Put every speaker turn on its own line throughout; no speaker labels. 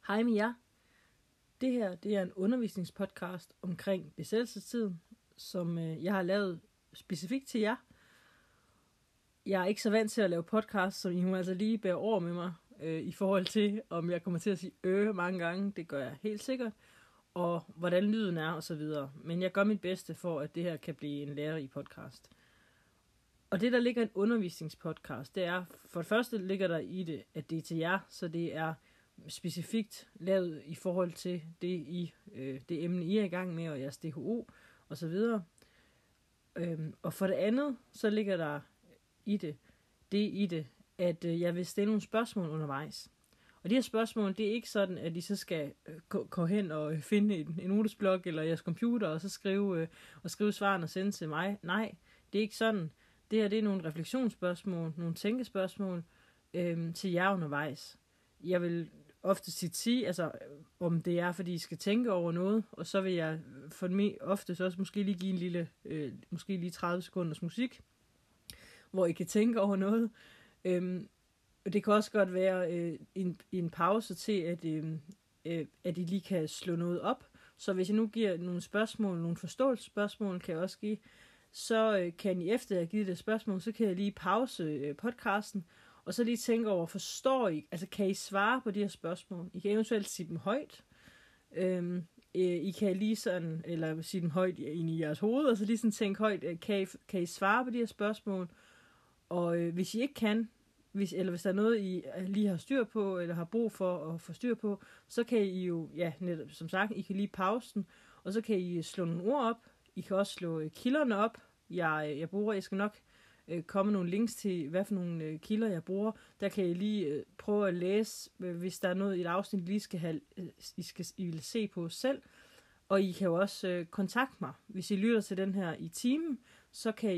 Hej med jer. Det her det er en undervisningspodcast omkring besættelsestiden, som jeg har lavet specifikt til jer. Jeg er ikke så vant til at lave podcast, så I må altså lige bære over med mig i forhold til, om jeg kommer til at sige mange gange. Det gør jeg helt sikkert. Og hvordan lyden er og så videre. Men jeg gør mit bedste for, at det her kan blive en lærerig podcast. Og det, der ligger i en undervisningspodcast, det er, for det første ligger der i det, at det er til jer, så det er specifikt lavet i forhold til det emne, I er i gang med, og jeres DHO og så videre. Og for det andet, så ligger der i det, at jeg vil stille nogle spørgsmål undervejs. Og de her spørgsmål, det er ikke sådan, at I så skal gå hen og finde en notesblok eller jeres computer, og så skrive svarene og sende til mig. Nej, det er ikke sådan. Det her, det er nogle refleksionsspørgsmål, nogle tænkespørgsmål til jer undervejs. Jeg vil ofte sige, altså om det er, fordi I skal tænke over noget, og så vil jeg for mig ofte så også måske lige give en lille, måske lige 30 sekunders musik, hvor I kan tænke over noget. Det kan også godt være en pause til, at I lige kan slå noget op. Så hvis jeg nu giver nogle spørgsmål, nogle forståelsesspørgsmål, kan jeg også give, så kan I efter jeg har givet det spørgsmål, så kan jeg lige pause podcasten, og så lige tænke over, forstår I, altså kan I svare på de her spørgsmål? I kan eventuelt sige dem højt. I kan lige sådan, eller sige dem højt ind i jeres hoved, og så lige sådan tænke højt, kan I svare på de her spørgsmål? Og hvis I ikke kan, hvis der er noget, I lige har styr på, eller har brug for at få styr på, så kan I jo, netop som sagt, I kan lige pause den, og så kan I slå nogle ord op. I kan også slå kilderne op. Jeg skal nok komme nogle links til, hvad for nogle kilder jeg bruger. Der kan I lige prøve at læse, hvis der er noget i et afsnit, I lige skal have, I vil se på selv. Og I kan jo også kontakte mig. Hvis I lytter til den her i timen, så kan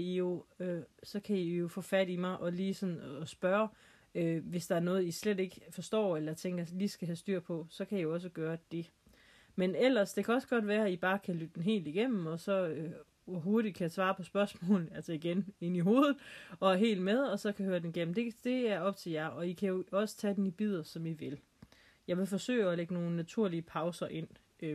I jo få fat i mig og lige sådan og spørge, hvis der er noget, I slet ikke forstår, eller tænker, lige skal have styr på, så kan I jo også gøre det. Men ellers, det kan også godt være, at I bare kan lytte den helt igennem, og så hurtigt kan svare på spørgsmål, altså igen ind i hovedet, og helt med, og så kan høre den igennem. Det er op til jer, og I kan jo også tage den i bidder, som I vil. Jeg vil forsøge at lægge nogle naturlige pauser ind,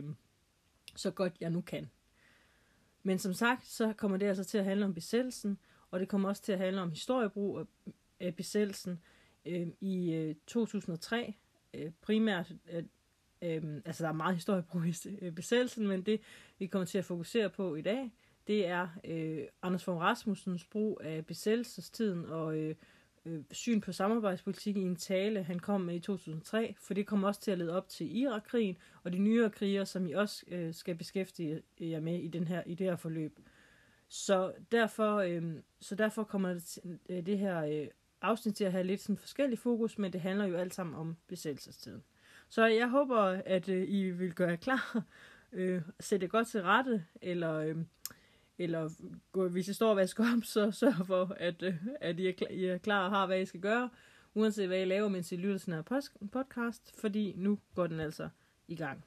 så godt jeg nu kan. Men som sagt, så kommer det altså til at handle om besættelsen, og det kommer også til at handle om historiebrug af besættelsen i 2003, primært. Altså der er meget historiebrug i besættelsen, men det vi kommer til at fokusere på i dag, det er Anders Fogh Rasmussens brug af besættelsestiden og syn på samarbejdspolitik i en tale, han kom med i 2003, for det kommer også til at lede op til Irakkrigen og de nyere kriger, som I også skal beskæftige jer med i det her forløb. Så derfor kommer det her afsnit til at have lidt sådan forskellig fokus, men det handler jo alt sammen om besættelsestiden. Så jeg håber, at I vil gøre jer klar, sætte godt til rette, eller hvis I står og vasker op, så sørg for, at I er klar og har, hvad I skal gøre, uanset hvad I laver, mens I lytter til den her podcast, fordi nu går den altså i gang.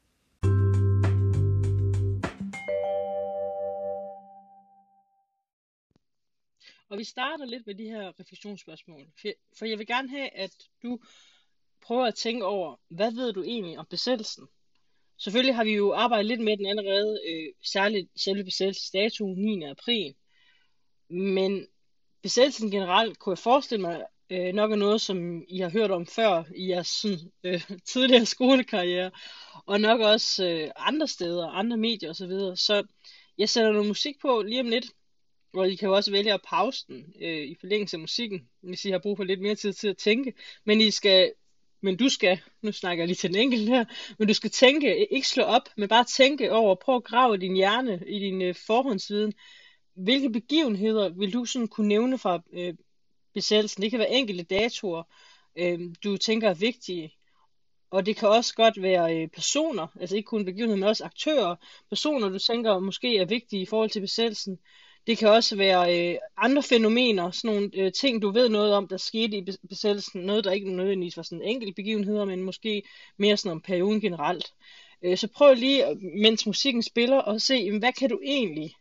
Og vi starter lidt med de her refleksionsspørgsmål, for jeg vil gerne have, at du prøver at tænke over, hvad ved du egentlig om besættelsen? Selvfølgelig har vi jo arbejdet lidt med den allerede, særligt selve besættelsesdato 9. april. Men besættelsen generelt kunne jeg forestille mig nok er noget, som I har hørt om før i jeres tidligere skolekarriere, og nok også andre steder, andre medier osv. Så jeg sætter noget musik på lige om lidt, og I kan jo også vælge at pause den i forlængelse af musikken, hvis I har brug for lidt mere tid til at tænke. Men du skal, nu snakker jeg lige til den enkelte her, men du skal tænke, ikke slå op, men bare tænke over, prøv at grave i din hjerne, i din forhåndsviden. Hvilke begivenheder vil du sådan kunne nævne fra besættelsen? Det kan være enkelte datoer, du tænker er vigtige. Og det kan også godt være personer, altså ikke kun begivenheder, men også aktører. Personer, du tænker måske er vigtige i forhold til besættelsen. Det kan også være andre fænomener, sådan nogle ting, du ved noget om, der skete i besættelsen. Noget, der ikke nødvendigvis var sådan enkelte begivenheder, men måske mere sådan om perioden generelt. Så prøv lige, mens musikken spiller, at se, hvad kan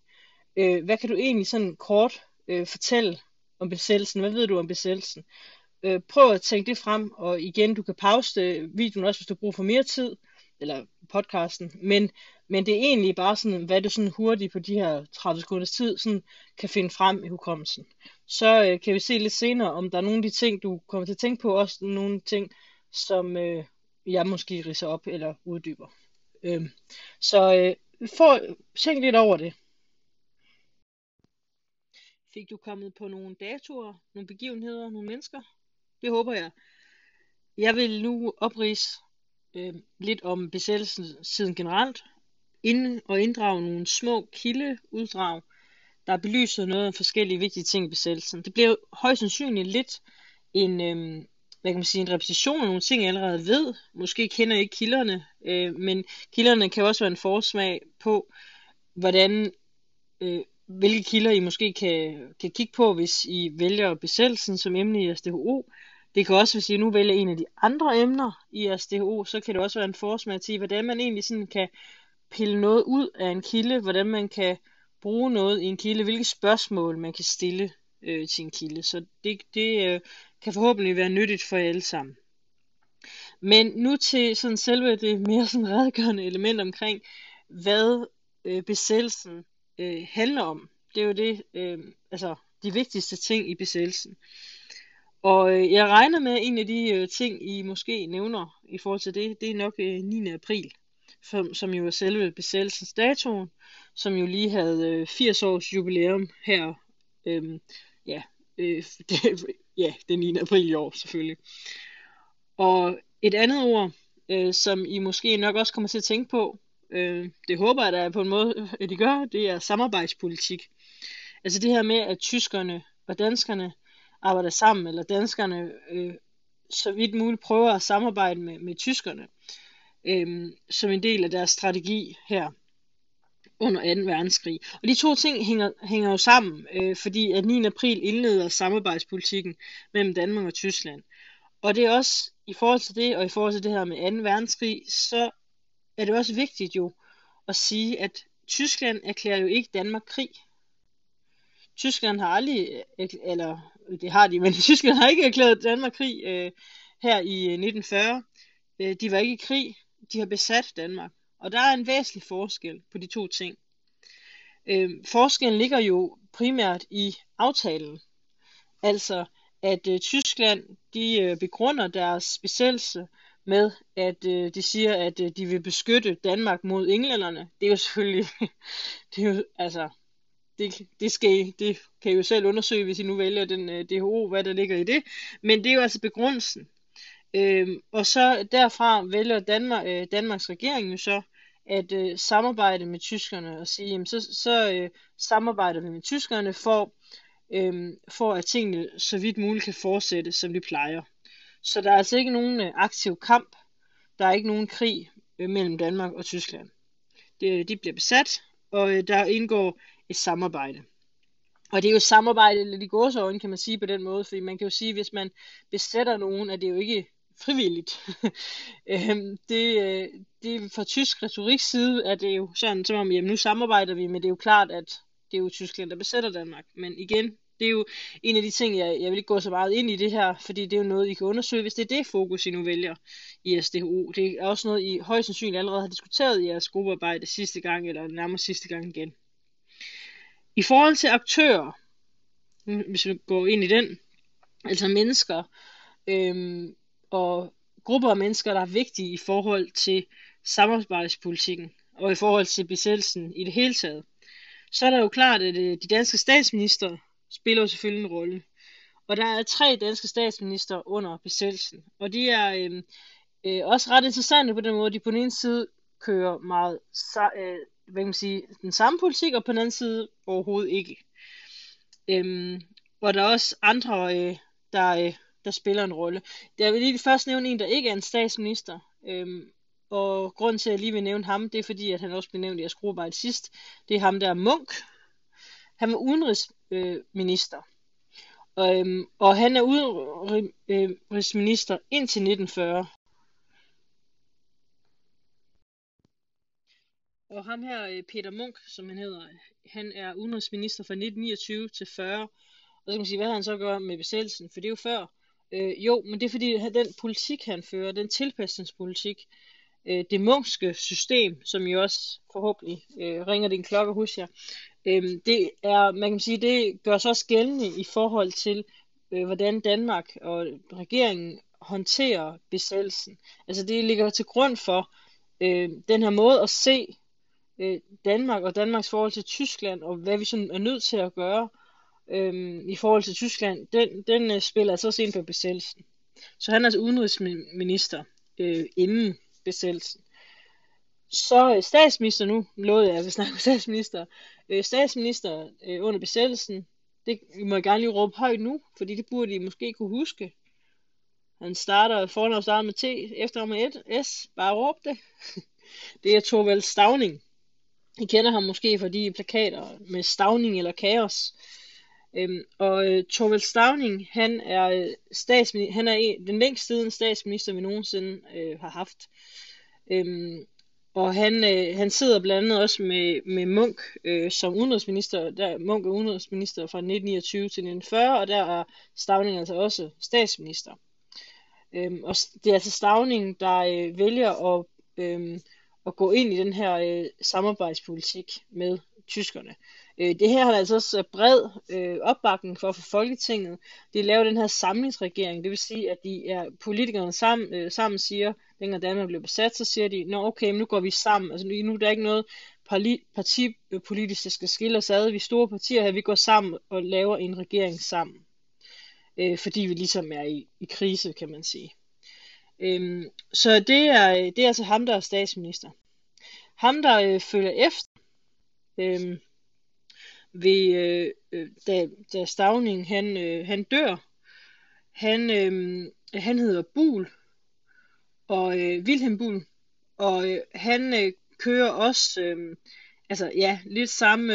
du egentlig sådan kort fortælle om besættelsen? Hvad ved du om besættelsen? prøv at tænke det frem, og igen, du kan pause videoen også, hvis du bruger for mere tid, eller podcasten, men det er egentlig bare sådan, hvad du sådan hurtigt på de her 30 sekunders tid sådan kan finde frem i hukommelsen. Så kan vi se lidt senere, om der er nogle af de ting, du kommer til at tænke på, også nogle ting, som jeg måske ridser op eller uddyber. Så tænk lidt over det. Fik du kommet på nogle datoer, nogle begivenheder, nogle mennesker? Det håber jeg. Jeg vil nu opridse lidt om besættelsestiden generelt, og inddrage nogle små kildeuddrag, der belyser noget af forskellige vigtige ting i besættelsen. Det bliver højst sandsynligt lidt en, hvad kan man sige, en repetition af nogle ting, jeg allerede ved. Måske kender jeg ikke kilderne, men kilderne kan også være en forsmag på, hvordan, hvilke kilder I måske kan kigge på, hvis I vælger besættelsen som emne i jeres DHO. Det kan også, hvis I nu vælger en af de andre emner i jeres DHO, så kan det også være en forsmag til, hvordan man egentlig sådan kan pille noget ud af en kilde, hvordan man kan bruge noget i en kilde, hvilke spørgsmål man kan stille til en kilde. Så det kan forhåbentlig være nyttigt for jer alle sammen. Men nu til sådan selve det mere sådan redegørende element omkring, hvad besættelsen handler om. Det er jo det, altså de vigtigste ting i besættelsen. Og jeg regner med, at en af de ting, I måske nævner i forhold til det, det er nok 9. april, som jo er selve besættelsesdatoen, som jo lige havde 80 års jubilæum her, ja, den 9. april i år selvfølgelig. Og et andet ord, som I måske nok også kommer til at tænke på, det håber jeg da på en måde, at I gør, det er samarbejdspolitik. Altså det her med, at tyskerne og danskerne arbejder sammen, eller danskerne så vidt muligt prøver at samarbejde med tyskerne, som en del af deres strategi her under 2. verdenskrig. Og de to ting hænger jo sammen, fordi at 9. april indleder samarbejdspolitikken mellem Danmark og Tyskland. Og det er også i forhold til det, og i forhold til det her med 2. verdenskrig, så er det også vigtigt jo at sige, at Tyskland erklærer jo ikke Danmark krig. Tyskland har aldrig, eller det har de, men Tyskland har ikke erklæret Danmark krig her i 1940. De var ikke i krig, de har besat Danmark. Og der er en væsentlig forskel på de to ting. Forskellen ligger jo primært i aftalen. Altså, at Tyskland, de begrunder deres besættelse med, at de siger, at de vil beskytte Danmark mod englænderne. Det er jo selvfølgelig, det er jo, altså, det kan I jo selv undersøge, hvis I nu vælger den DHO, hvad der ligger i det. Men det er jo altså begrundelsen. Og så derfra vælger Danmarks regering jo så at samarbejde med tyskerne og sige, jamen så samarbejder vi med tyskerne for at tingene så vidt muligt kan fortsætte, som de plejer. Så der er altså ikke nogen aktiv kamp, der er ikke nogen krig mellem Danmark og Tyskland. De bliver besat, og der indgår et samarbejde. Og det er jo samarbejde lidt i gåseøjne, kan man sige på den måde, fordi man kan jo sige, at hvis man besætter nogen, er det jo ikke frivilligt. Det fra tysk retoriks side er det jo sådan, som om, jamen nu samarbejder vi, men det er jo klart, at det er jo Tyskland, der besætter Danmark. Men igen, det er jo en af de ting, jeg vil ikke gå så meget ind i det her, fordi det er jo noget, I kan undersøge, hvis det er det fokus, I nu vælger i jeres DHO. Det er også noget, I højst sandsynligt allerede har diskuteret i jeres gruppearbejde sidste gang, eller nærmest sidste gang igen. I forhold til aktører, hvis vi går ind i den, altså mennesker og grupper af mennesker, der er vigtige i forhold til samarbejdspolitikken og i forhold til besættelsen i det hele taget, så er der jo klart, at de danske statsminister spiller jo selvfølgelig en rolle. Og der er 3 danske statsminister under besættelsen, og de er også ret interessante på den måde, de på den ene side kører meget hvad kan man sige, den samme politik, og på den anden side overhovedet ikke. Og der er også andre, der spiller en rolle. Jeg vil lige først nævne en, der ikke er en statsminister. Og grunden til, at jeg lige vil nævne ham, det er fordi, at han også blev nævnt i jeres gruppearbejde sidst. Det er ham der Munch. Han var udenrigsminister. Og han er udenrigsminister indtil 1940. Og ham her, Peter Munch, som han hedder, han er udenrigsminister fra 1929 til 40. Og så kan man sige, hvad han så gør med besættelsen, for det er jo før Jo, men det er fordi den politik, han fører, den tilpasningspolitik, det Munchske system, som jo også forhåbentlig ringer din klokke hos jer, det er, man kan sige, det gør sig også gældende i forhold til, hvordan Danmark og regeringen håndterer besættelsen. Altså det ligger til grund for den her måde at se Danmark og Danmarks forhold til Tyskland, og hvad vi sådan er nødt til at gøre i forhold til Tyskland, den spiller altså også ind på besættelsen. Så han er altså udenrigsminister inden besættelsen. Så statsminister nu, lovede jeg, at vi snakker om statsminister. Statsminister under besættelsen, det må jeg gerne lige råbe højt nu, fordi det burde I måske kunne huske. Han fornavn starter med T, efternavn med S, bare råb det. Det er Thorvald Stauning. I kender ham måske for de plakater med Stauning eller Kaos. Thorvald Stauning, han er den længst siden statsminister, vi nogensinde har haft. Og han sidder blandt andet også med Munch som udenrigsminister. Munch er udenrigsminister fra 1929 til 1940, og der er Stauning altså også statsminister. Og det er altså Stauning, der vælger at gå ind i den her samarbejdspolitik med tyskerne. Det her har altså også bred opbakning for Folketinget. De laver den her samlingsregering, det vil sige, at politikerne sammen siger, dengang Danmark blev besat, så siger de, nå okay, nu går vi sammen. Altså nu er der ikke noget partipolitisk, der skal skille os ad. Vi store partier her, vi går sammen og laver en regering sammen. Fordi vi ligesom er i krise, kan man sige. Så det er altså ham, der er statsminister. Ham, der følger efter, da Stauning han dør, han hedder Buhl, og Wilhelm Buhl, og han kører også lidt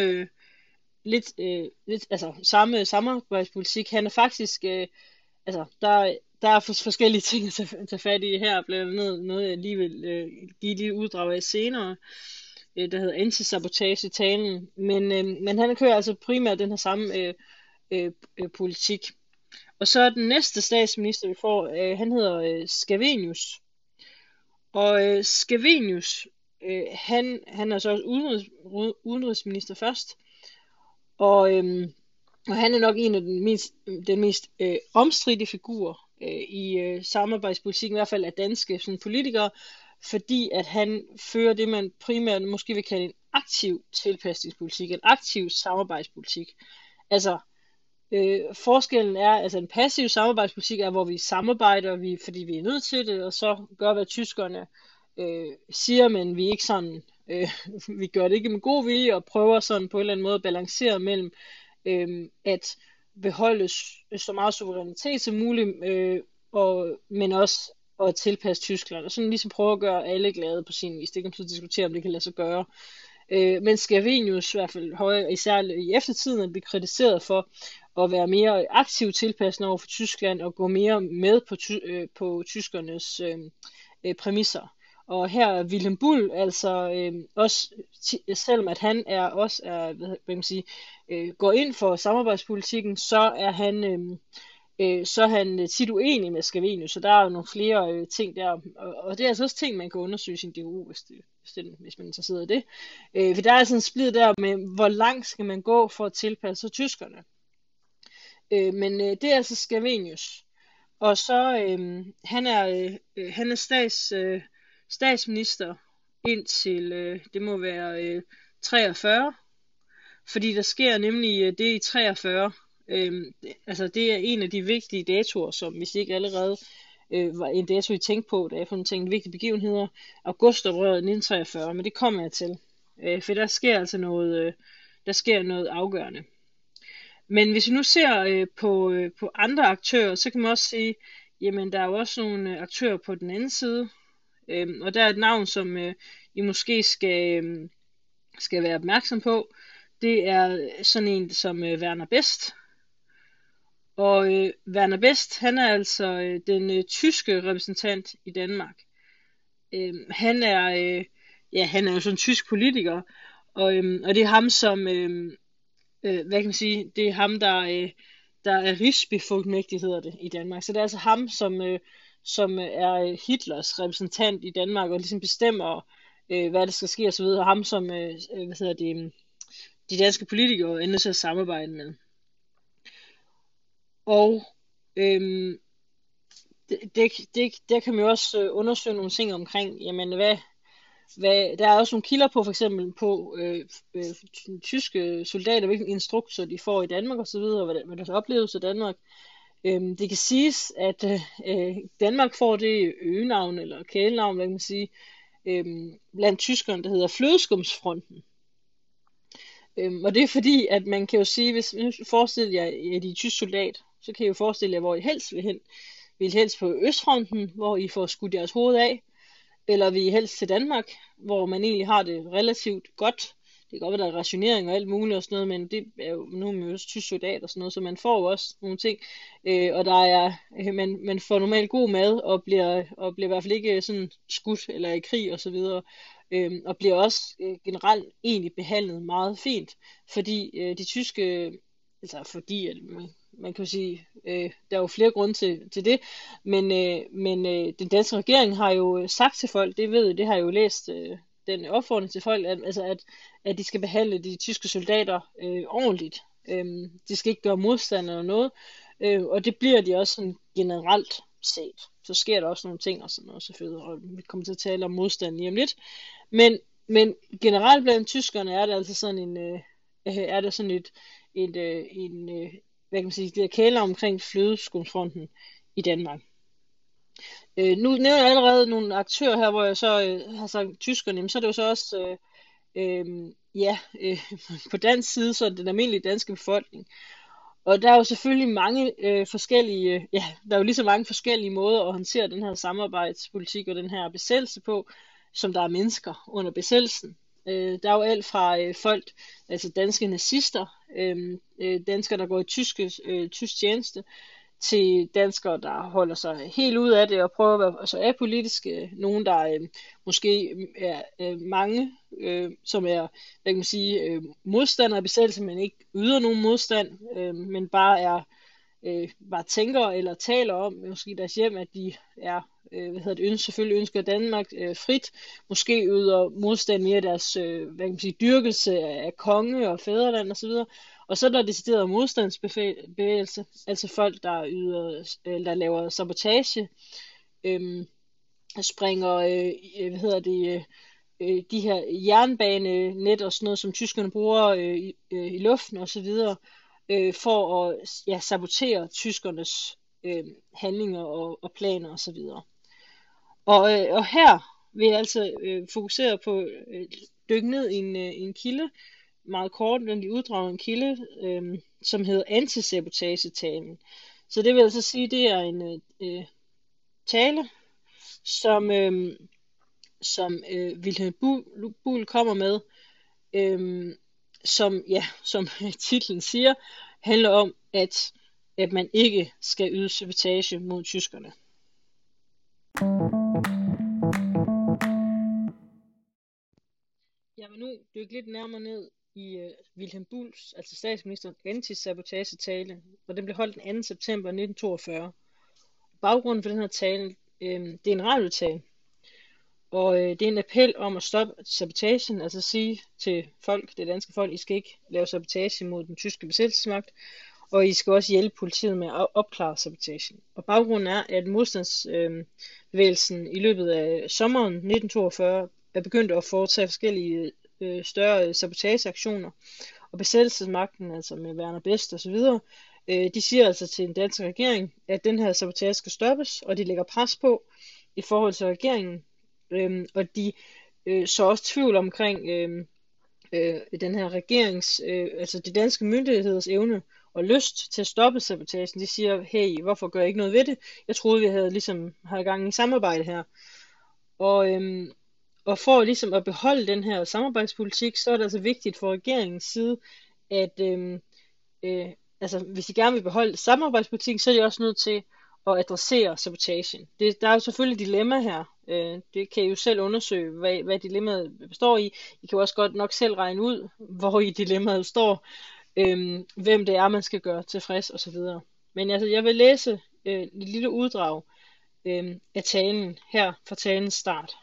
samme samarbejdspolitik. Han er faktisk der er forskellige ting at tage fat i her, blandt andet noget jeg lige vil give lige uddrag af senere, der hedder antisabotage-talen, men han kører altså primært den her samme politik. Og så den næste statsminister vi får, han hedder Scavenius. Og Scavenius, han er så også udenrigsminister først, og han er nok en af den mest omstridte figurer i samarbejdspolitikken, i hvert fald af danske sådan, politikere, fordi at han fører det, man primært måske vil kalde en aktiv tilpasningspolitik, en aktiv samarbejdspolitik. Altså, forskellen er, altså en passiv samarbejdspolitik er, hvor vi samarbejder, fordi vi er nødt til det, og så gør, hvad tyskerne siger, men vi ikke sådan, vi gør det ikke med god vilje, og prøver sådan på en eller anden måde at balancere mellem at beholde så meget suverænitet som muligt, men også at tilpasse Tyskland, og sådan ligesom prøve at gøre alle glade på sin vis. Det kan man så diskutere, om det kan lade sig gøre. Men Scavenius i hvert fald især i eftertiden er blevet kritiseret for at være mere aktiv tilpassende over for Tyskland og gå mere med på tyskernes præmisser. Og her er Wilhelm Buhl altså også, selvom at han går ind for samarbejdspolitikken, så er han tit uenig med Scavenius, så der er jo nogle flere ting der, og det er altså også ting, man kan undersøge i sin DU, hvis man er interesseret i det. For der er altså en splid der med, hvor langt skal man gå for at tilpasse sig tyskerne. Men det er altså Scavenius. Og så han er statsminister indtil det må være 43, fordi der sker nemlig det i 43. Altså det er en af de vigtige datoer, som hvis ikke allerede var en dato I tænkte på, da jeg fandt tænkt vigtige begivenheder, augustoprøret 1943, men det kommer jeg til, for der sker altså noget afgørende. Men hvis vi nu ser på andre aktører, så kan man også sige, jamen der er jo også nogle aktører på den anden side, og der er et navn, som I måske skal være opmærksom på. Det er sådan en som Werner Best. Og Werner Best, han er altså den tyske repræsentant i Danmark. Han er jo sådan en tysk politiker, og det er ham som, hvad kan man sige, det er ham, der er rigsbefuldmægtig, hedder det i Danmark. Så det er altså ham, som er Hitlers repræsentant i Danmark, og ligesom bestemmer, hvad der skal ske osv., og ham som, de danske politikere er nødt til at samarbejde med. Og der kan man jo også undersøge nogle ting omkring, jamen der er også nogle kilder på, for eksempel på tyske soldater, hvilken instrukser de får i Danmark og så videre, og hvad deres oplevelse af Danmark. Det kan siges, at Danmark får det øgenavn, eller kælenavn, hvad kan man sige, blandt tyskerne, der hedder Flødeskumsfronten. Og det er fordi, at man kan jo sige, hvis nu forestiller jer, at I er tysk soldat, så kan I jo forestille jer, hvor I helst vil hen. Vil I helst på Østfronten, hvor I får skudt jeres hoved af, eller vil I helst til Danmark, hvor man egentlig har det relativt godt. Det kan godt være, der er rationering og alt muligt og sådan noget, men det er jo nu med også tysk soldat og sådan noget, så man får jo også nogle ting. Og der er, man får normalt god mad, og bliver i hvert fald ikke sådan skudt eller i krig og så videre. Og bliver også generelt egentlig behandlet meget fint, fordi de tyske, altså fordi at man kan jo sige, der er jo flere grunde til det, men den danske regering har jo sagt til folk, det har jeg jo læst, den opfordring til folk, at de skal behandle de tyske soldater ordentligt. De skal ikke gøre modstand eller noget, og det bliver de også sådan generelt set. Så sker der også nogle ting og sådan noget selvfølgelig, og vi kommer til at tale om modstand lige om lidt. Men generelt blandt tyskerne er det altså sådan en hvad kan man sige, det er kæler omkring Flødeskumsfronten i Danmark. Nu nævner jeg allerede nogle aktører her, hvor jeg så har sagt tyskerne, men så er det jo så også på dansk side, så er det den almindelige danske befolkning. Og der er jo selvfølgelig mange forskellige, der er jo lige så mange forskellige måder at håndtere den her samarbejdspolitik og den her besættelse på, som der er mennesker under besættelsen. Der er jo alt fra folk, altså danske nazister, danskere, der går i tysk tjeneste, til danskere, der holder sig helt ud af det og prøver at være så apolitiske. Nogen, der måske er mange, som er, hvad kan man sige, modstandere af besættelse, men ikke yder nogen modstand, men bare tænker eller taler om, måske i deres hjem, at de er, selvfølgelig ønsker Danmark frit, måske yder modstand mere af deres, hvad kan man sige, dyrkelse af konge og fædreland osv., og så er der decideret modstandsbevægelse, altså folk, der laver sabotage, springer, de her jernbanenet og sådan noget, som tyskerne bruger i luften og så videre, for at sabotere tyskernes handlinger og planer og så videre. Og her vil jeg altså fokusere på dykke ned i en kilde, meget kort, den uddrager en kilde, som hedder antisabotagetalen. Så det vil altså sige, det er en tale, som Vilhelm Buhl kommer med, som titlen siger, handler om, at man ikke skal yde sabotage mod tyskerne. Jeg vil nu dykke lidt nærmere ned i Vilhelm Bulls, altså statsministerens antisabotagetale, og den blev holdt den 2. september 1942. Baggrunden for den her tale, det er en radiotale, og det er en appel om at stoppe sabotagen, altså sige til folk, det danske folk, I skal ikke lave sabotage mod den tyske besættelsesmagt, og I skal også hjælpe politiet med at opklare sabotagen. Og baggrunden er, at modstandsbevægelsen i løbet af sommeren 1942 er begyndt at foretage forskellige større sabotageaktioner, og besættelsesmagten, altså med Werner Best og så videre, de siger altså til den danske regering, at den her sabotage skal stoppes, og de lægger pres på i forhold til regeringen, og de så også tvivl omkring den her regerings, altså de danske myndigheders evne og lyst til at stoppe sabotagen. De siger, hey, hvorfor gør I ikke noget ved det? Jeg troede, vi havde gang i samarbejde her. Og for ligesom at beholde den her samarbejdspolitik, så er det altså vigtigt for regeringens side, at hvis de gerne vil beholde samarbejdspolitik, så er de også nødt til at adressere sabotagen. Der er jo selvfølgelig et dilemma her. Det kan I jo selv undersøge, hvad dilemmaet består i. I kan jo også godt nok selv regne ud, hvor i dilemmaet står. hvem det er, man skal gøre tilfreds osv. Men altså, jeg vil læse et lille uddrag af talen her fra talens start.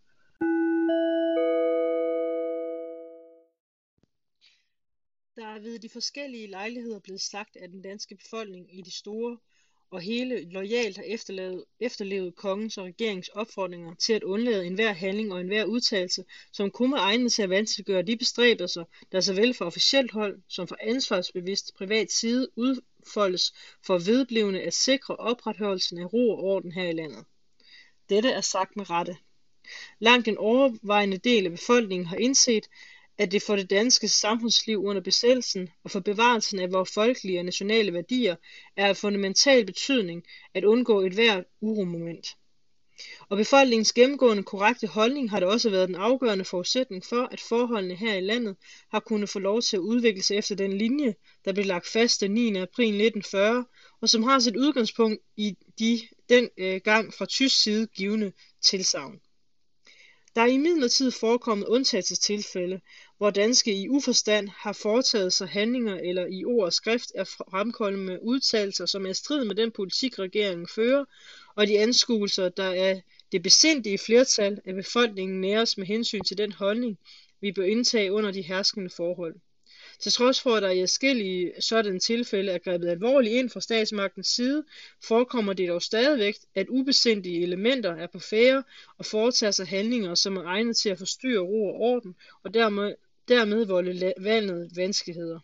Der er ved de forskellige lejligheder blevet sagt af den danske befolkning i det store og hele loyalt har efterlevet kongens og regeringens opfordringer til at undlade enhver handling og enhver udtalelse, som kunne egne til at vanskeliggøre de bestræbelser, der såvel fra officielt hold som fra ansvarsbevidst privat side udfoldes for vedblivende at sikre opretholdelsen af ro og orden her i landet. Dette er sagt med rette. Langt en overvejende del af befolkningen har indset, at det for det danske samfundsliv under besættelsen og for bevarelsen af vores folkelige og nationale værdier er af fundamental betydning at undgå et hvert uromoment. Og befolkningens gennemgående korrekte holdning har det også været den afgørende forudsætning for, at forholdene her i landet har kunnet få lov til at udvikle sig efter den linje, der blev lagt fast den 9. april 1940, og som har sit udgangspunkt i den gang fra tysk side givne tilsagn. Der er imidlertid forekommet undtagelsestilfælde, hvor danske i uforstand har foretaget sig handlinger eller i ord og skrift er fremkommet med udtalelser, som er i strid med den politik, regeringen fører, og de anskuelser, der er det besindige flertal af befolkningen næres med hensyn til den holdning, vi bør indtage under de herskende forhold. Til trods for, at der i adskillige sådanne tilfælde er grebet alvorligt ind fra statsmagtens side, forekommer det dog stadigvæk, at ubesindige elementer er på færde og foretager sig handlinger, som er egnet til at forstyrre ro og orden, og dermed volde landet vanskeligheder.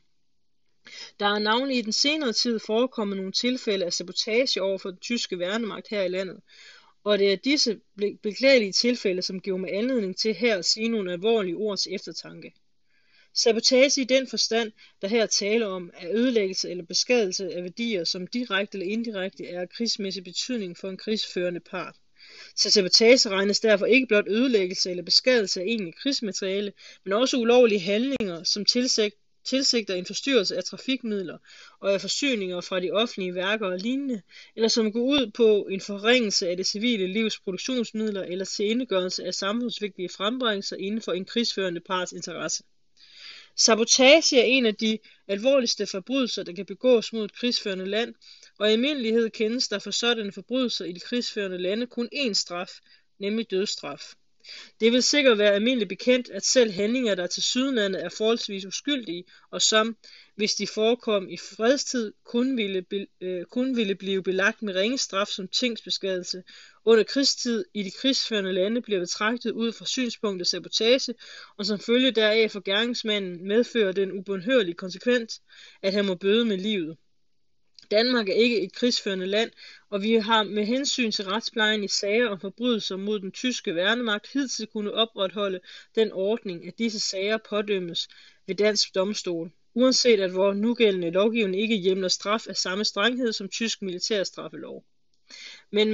Der er navnlig i den senere tid forekommet nogle tilfælde af sabotage over for den tyske værnemagt her i landet, og det er disse beklagelige tilfælde, som giver mig anledning til her at sige nogle alvorlige ord til eftertanke. Sabotage i den forstand, der her taler om, er ødelæggelse eller beskadelse af værdier, som direkte eller indirekte er af krigsmæssig betydning for en krigsførende part. Så sabotage regnes derfor ikke blot ødelæggelse eller beskadelse af egentlig krigsmateriale, men også ulovlige handlinger, som tilsigter en forstyrrelse af trafikmidler og af forsyninger fra de offentlige værker og lignende, eller som går ud på en forringelse af det civile livs produktionsmidler eller tilintetgørelse af samfundsvigtige frembringelser inden for en krigsførende parts interesse. Sabotage er en af de alvorligste forbrydelser, der kan begås mod et krigsførende land, og i almindelighed kendes der for sådanne forbrydelser i de krigsførende lande kun én straf, nemlig dødsstraf. Det vil sikkert være almindeligt bekendt, at selv handlinger, der til sydenlandet er forholdsvis uskyldige, og som, hvis de forekom i fredstid, kun ville blive belagt med ringe straf som tingsbeskadelse, under krigstid i de krigsførende lande bliver betragtet ud fra synspunktet sabotage, og som følge deraf for gerningsmanden medfører den ubønhørlige konsekvens, at han må bøde med livet. Danmark er ikke et krigsførende land, og vi har med hensyn til retsplejen i sager om forbrydelser mod den tyske værnemagt hidtil kunne opretholde den ordning, at disse sager pådømmes ved dansk domstol, uanset at vores nugældende lovgivning ikke hjemler straf af samme strenghed som tysk militærstraffelov. Men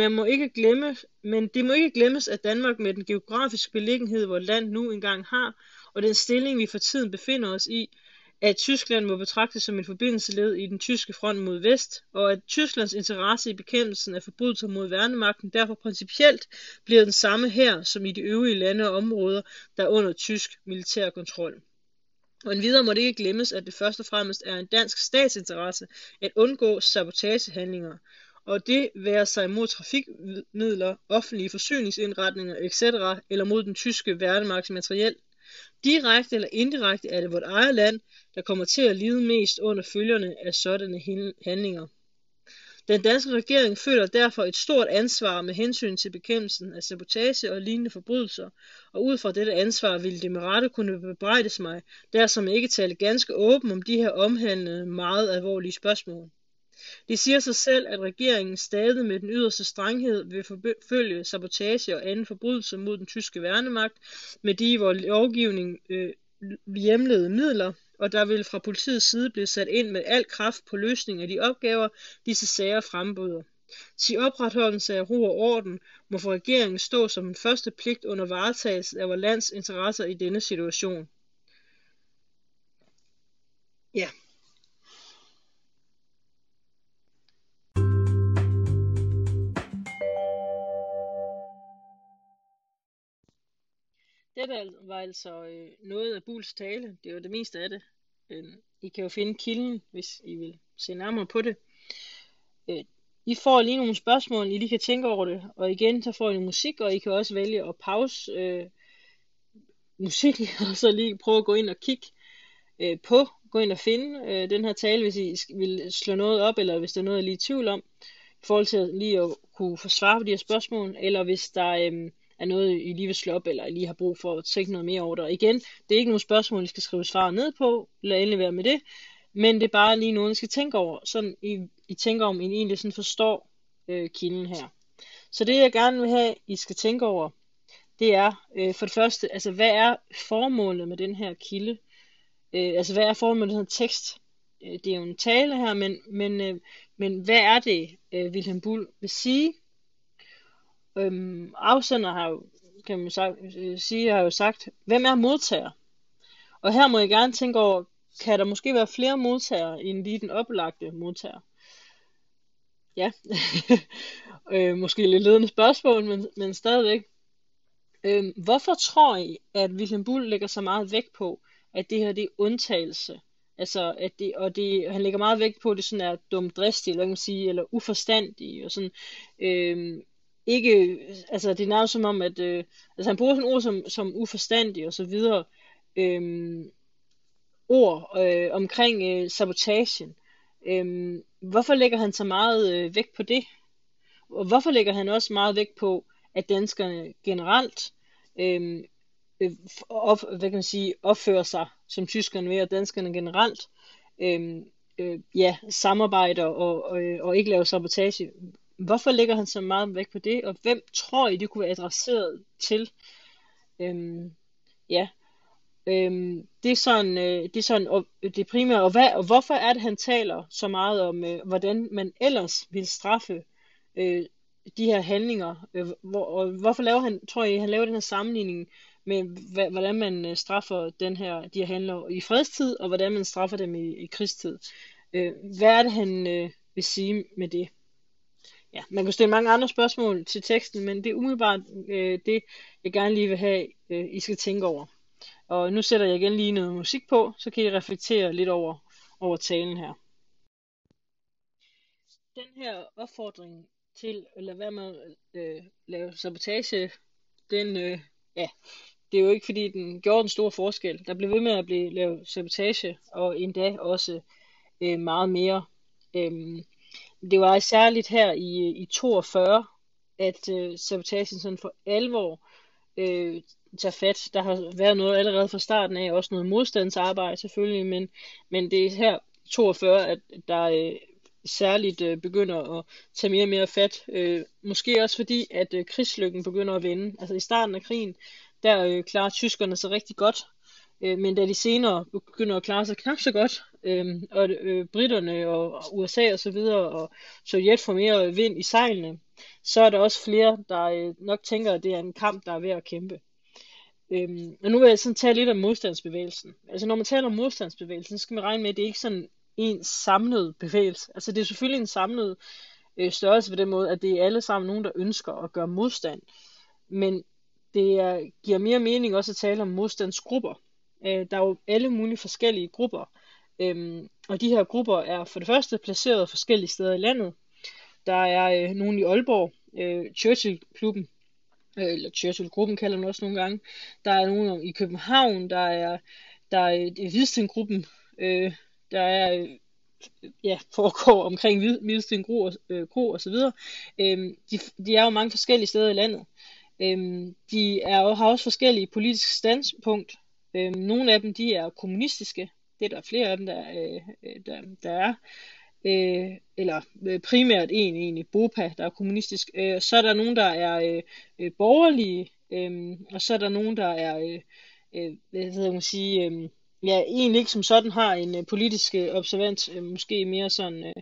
det må ikke glemmes, at Danmark med den geografiske beliggenhed, hvor land nu engang har, og den stilling, vi for tiden befinder os i, at Tyskland må betragtes som en forbindelseled i den tyske front mod vest, og at Tysklands interesse i bekæmpelsen af forbrydelser mod værnemagten derfor principielt bliver den samme her som i de øvrige lande og områder, der er under tysk militær kontrol. Og endvidere må det ikke glemmes, at det først og fremmest er en dansk statsinteresse at undgå sabotagehandlinger, og det være sig mod trafikmidler, offentlige forsyningsindretninger etc., eller mod den tyske værnemagts materiel. Direkte eller indirekte er det vort eget land, der kommer til at lide mest under følgerne af sådanne handlinger. Den danske regering føler derfor et stort ansvar med hensyn til bekæmpelsen af sabotage og lignende forbrydelser, og ud fra dette ansvar ville det med rette kunne bebrejdes mig, dersom jeg ikke talte ganske åben om de her omhandlede meget alvorlige spørgsmål. Det siger sig selv, at regeringen stadig med den yderste strenghed vil forfølge sabotage og anden forbrydelse mod den tyske værnemagt med de i vores lovgivning hjemlede midler, og der vil fra politiets side blive sat ind med al kraft på løsning af de opgaver, disse sager frembøder. Til opretholdelse af ro og orden må for regeringen stå som en første pligt under varetagelse af vores lands interesser i denne situation. Ja. Dette var altså noget af Buhls tale. Det var det meste af det. I kan jo finde kilden, hvis I vil se nærmere på det. I får lige nogle spørgsmål, I lige kan tænke over det, og igen så får I musik, og I kan også vælge at pause musikken, og så lige prøve at gå ind og kigge gå ind og finde den her tale, hvis I vil slå noget op, eller hvis der er noget, I er lige i tvivl om, i forhold til lige at kunne få svar på de her spørgsmål, eller hvis der er noget, I lige vil slå op, eller I lige har brug for at tænke noget mere over det. Og igen, det er ikke nogle spørgsmål, I skal skrive svar ned på, lad endelig være med det, men det er bare lige noget, I skal tænke over, sådan I tænker om, I egentlig sådan forstår kilden her. Så det, jeg gerne vil have, I skal tænke over, det er for det første, altså hvad er formålet med den her kilde? Altså hvad er formålet med den her tekst? Det er jo en tale her, men hvad er det, Vilhelm Buhl vil sige? Afsender har jo, kan man sige, har jo sagt, hvem er modtager? Og her må jeg gerne tænke over, kan der måske være flere modtagere end lige den oplagte modtager? Ja, måske lidt ledende spørgsmål, men stadigvæk. Hvorfor tror I, at Vilhelm Buhl lægger så meget vægt på, at det her det er undtagelse? Altså, han lægger meget vægt på, at det sådan er dumdristigt, eller, kan man sige, eller uforstandigt, og sådan, ikke, altså det er nærmest som om, at altså han bruger sådan ord som uforstandig og så videre, ord omkring sabotagen. Hvorfor lægger han så meget vægt på det? Og hvorfor lægger han også meget vægt på, at danskerne generelt hvad kan man sige, opfører sig som tyskerne ved, at danskerne generelt samarbejder og ikke laver sabotage? Hvorfor lægger han så meget vægt på det, og hvem tror I, det kunne være adresseret til? Det er sådan og det primære, og hvorfor er det, han taler så meget om, hvordan man ellers vil straffe de her handlinger, og hvorfor laver han, tror jeg, han laver den her sammenligning med, hvordan man straffer de her handlinger i fredstid, og hvordan man straffer dem i krigstid. Hvad er det, han vil sige med det? Ja, man kan stille mange andre spørgsmål til teksten, men det er umiddelbart det, jeg gerne lige vil have, I skal tænke over. Og nu sætter jeg igen lige noget musik på, så kan I reflektere lidt over talen her. Den her opfordring til at lade være med at lave sabotage, det er jo ikke fordi den gjorde en stor forskel. Der blev ved med at blive lavet sabotage, og endda også meget mere. Det var særligt her i 42, at sabotagen sådan for alvor tager fat. Der har været noget allerede fra starten af, også noget modstandsarbejde selvfølgelig, men det er her 42, at der særligt begynder at tage mere og mere fat. Måske også fordi, at krigslykken begynder at vende. Altså i starten af krigen, der klarer tyskerne sig rigtig godt, men da de senere begynder at klare sig knap så godt, og britterne og USA og så videre, og Sovjet får mere vind i sejlene, så er der også flere, der nok tænker, at det er en kamp, der er ved at kæmpe. Og nu vil jeg sådan tale lidt om modstandsbevægelsen. Altså når man taler om modstandsbevægelsen, så skal man regne med, at det ikke er sådan en samlet bevægelse. Altså det er selvfølgelig en samlet størrelse på den måde, at det er alle sammen nogen, der ønsker at gøre modstand. Men det giver mere mening også at tale om modstandsgrupper. Der er jo alle mulige forskellige grupper. Og de her grupper er for det første placeret forskellige steder i landet. Der er nogen i Aalborg, Churchill-klubben, eller Churchill-gruppen kalder man også nogle gange. Der er nogen i København, der er Hvidsten-gruppen, der er foregår omkring Hvidsten Kro og så videre. De er jo mange forskellige steder i landet. De har også forskellige politiske standpunkt. Nogle af dem, de er kommunistiske. Det er der flere af dem, der er. Eller primært egentlig BOPA, der er kommunistisk. Så er der nogen, der er borgerlige. Og så er der nogen, der er egentlig ikke som sådan har en politisk observans, måske mere sådan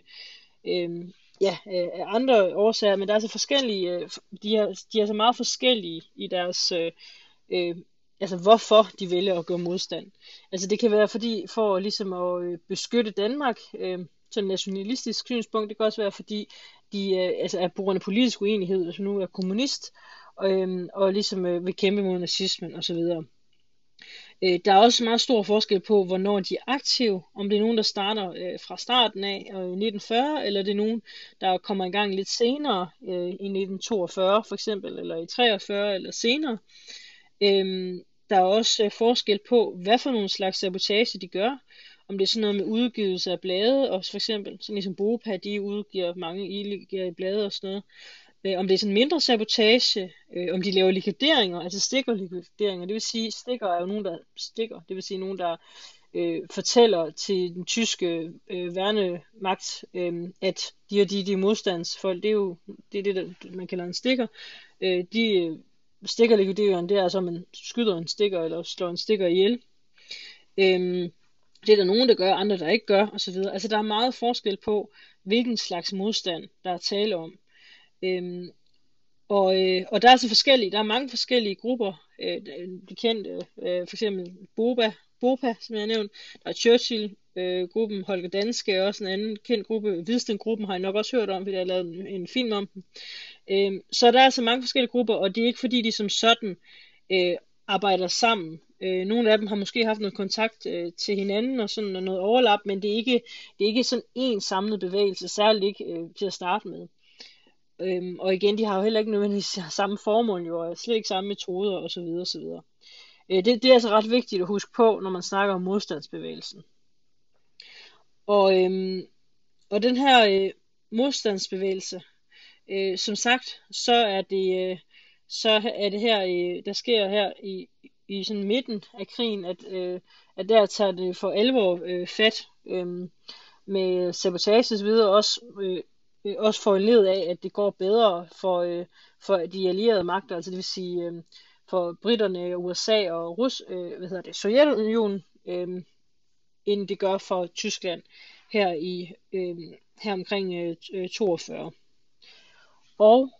andre årsager, men der er så forskellige, de er så meget forskellige i deres altså hvorfor de vælger at gøre modstand. Altså det kan være fordi for ligesom at beskytte Danmark, sådan en nationalistisk synspunkt. Det kan også være fordi de er på grund af politisk uenighed, hvis man nu er kommunist, og ligesom vil kæmpe mod nazismen og så videre. Der er også meget stor forskel på, hvornår de er aktive. Om det er nogen, der starter fra starten af 1940, eller det er nogen, der kommer i gang lidt senere, i 1942 for eksempel, eller i 43 eller senere. Der er også forskel på, hvad for nogle slags sabotage de gør. Om det er sådan noget med udgivelse af blade, og for eksempel, sådan ligesom BOPA, de udgiver mange illegale blade og sådan noget. Om det er sådan mindre sabotage, om de laver likvideringer, altså stikkerlikvideringer. Det vil sige, stikker er jo nogen, der stikker. Det vil sige nogen, der fortæller til den tyske værnemagt, at de modstandsfolk, det er jo det, der man kalder en stikker. Stikkerlikvideringen, det er altså, om man skyder en stikker, eller slår en stikker ihjel. Det er der nogen, der gør, andre der ikke gør, osv. Altså der er meget forskel på, hvilken slags modstand, der er tale om. Og der er altså forskellige, der er mange forskellige grupper, de kendte, for eksempel BOPA, som jeg har nævnt, der er Churchill-gruppen, Holger Danske er også en anden kendt gruppe, Hvidsten-gruppen har jeg nok også hørt om, fordi jeg har lavet en film om dem. Så der er altså mange forskellige grupper, og det er ikke fordi de som sådan arbejder sammen. Nogle af dem har måske haft noget kontakt til hinanden og sådan noget overlap, men det er ikke sådan en samlet bevægelse, særligt ikke til at starte med. Og igen, de har jo heller ikke nødvendigvis samme formål, jo, og slet ikke samme metoder osv. osv. Det er altså ret vigtigt at huske på, når man snakker om modstandsbevægelsen. Og den her modstandsbevægelse, som sagt, så er det her, der sker her i sådan midten af krigen, at der tager det for alvor fat med sabotage og så videre, også foranledet af, at det går bedre for de allierede magter, altså det vil sige for britterne, USA og Sovjetunionen, end det gør for Tyskland her omkring 42. Og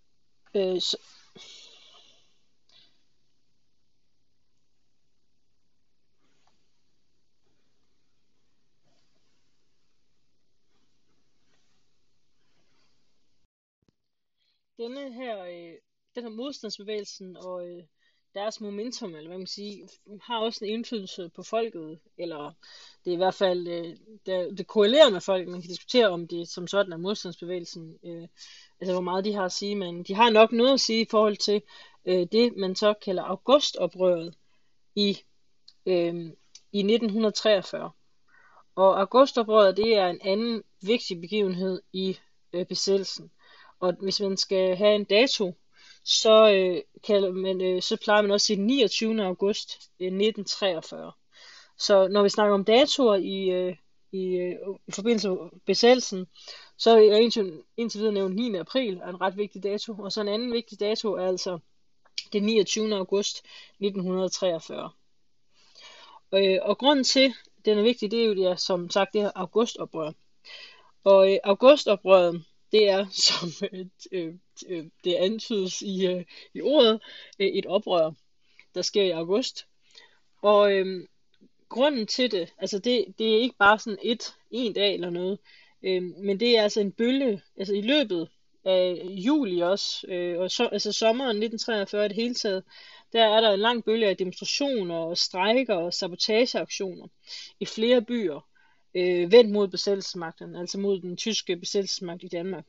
den her modstandsbevægelsen og deres momentum, eller hvad man kan sige, har også en indflydelse på folket, eller det er i hvert fald, det korrelerer med folket. Man kan diskutere, om det som sådan er modstandsbevægelsen, altså hvor meget de har at sige, men de har nok noget at sige i forhold til det, man så kalder augustoprøret i 1943. Og augustoprøret, det er en anden vigtig begivenhed i besættelsen. Og hvis man skal have en dato, så plejer man også at sige 29. august 1943. Så når vi snakker om datoer i forbindelse med besættelsen, så er jeg indtil videre nævnt 9. april er en ret vigtig dato. Og så en anden vigtig dato er altså den 29. august 1943. Og grunden til, den er vigtig, det er jo som sagt det her augustoprør. Og augustoprøret, det er, som det antydes i ordet, et oprør, der sker i august. Og grunden til det, altså det er ikke bare sådan en dag eller noget, men det er altså en bølge, altså i løbet af juli også, altså sommeren 1943 i det hele taget, der er der en lang bølge af demonstrationer og strejker og sabotageaktioner i flere byer, vendt mod besættelsesmagten, altså mod den tyske besættelsesmagt i Danmark.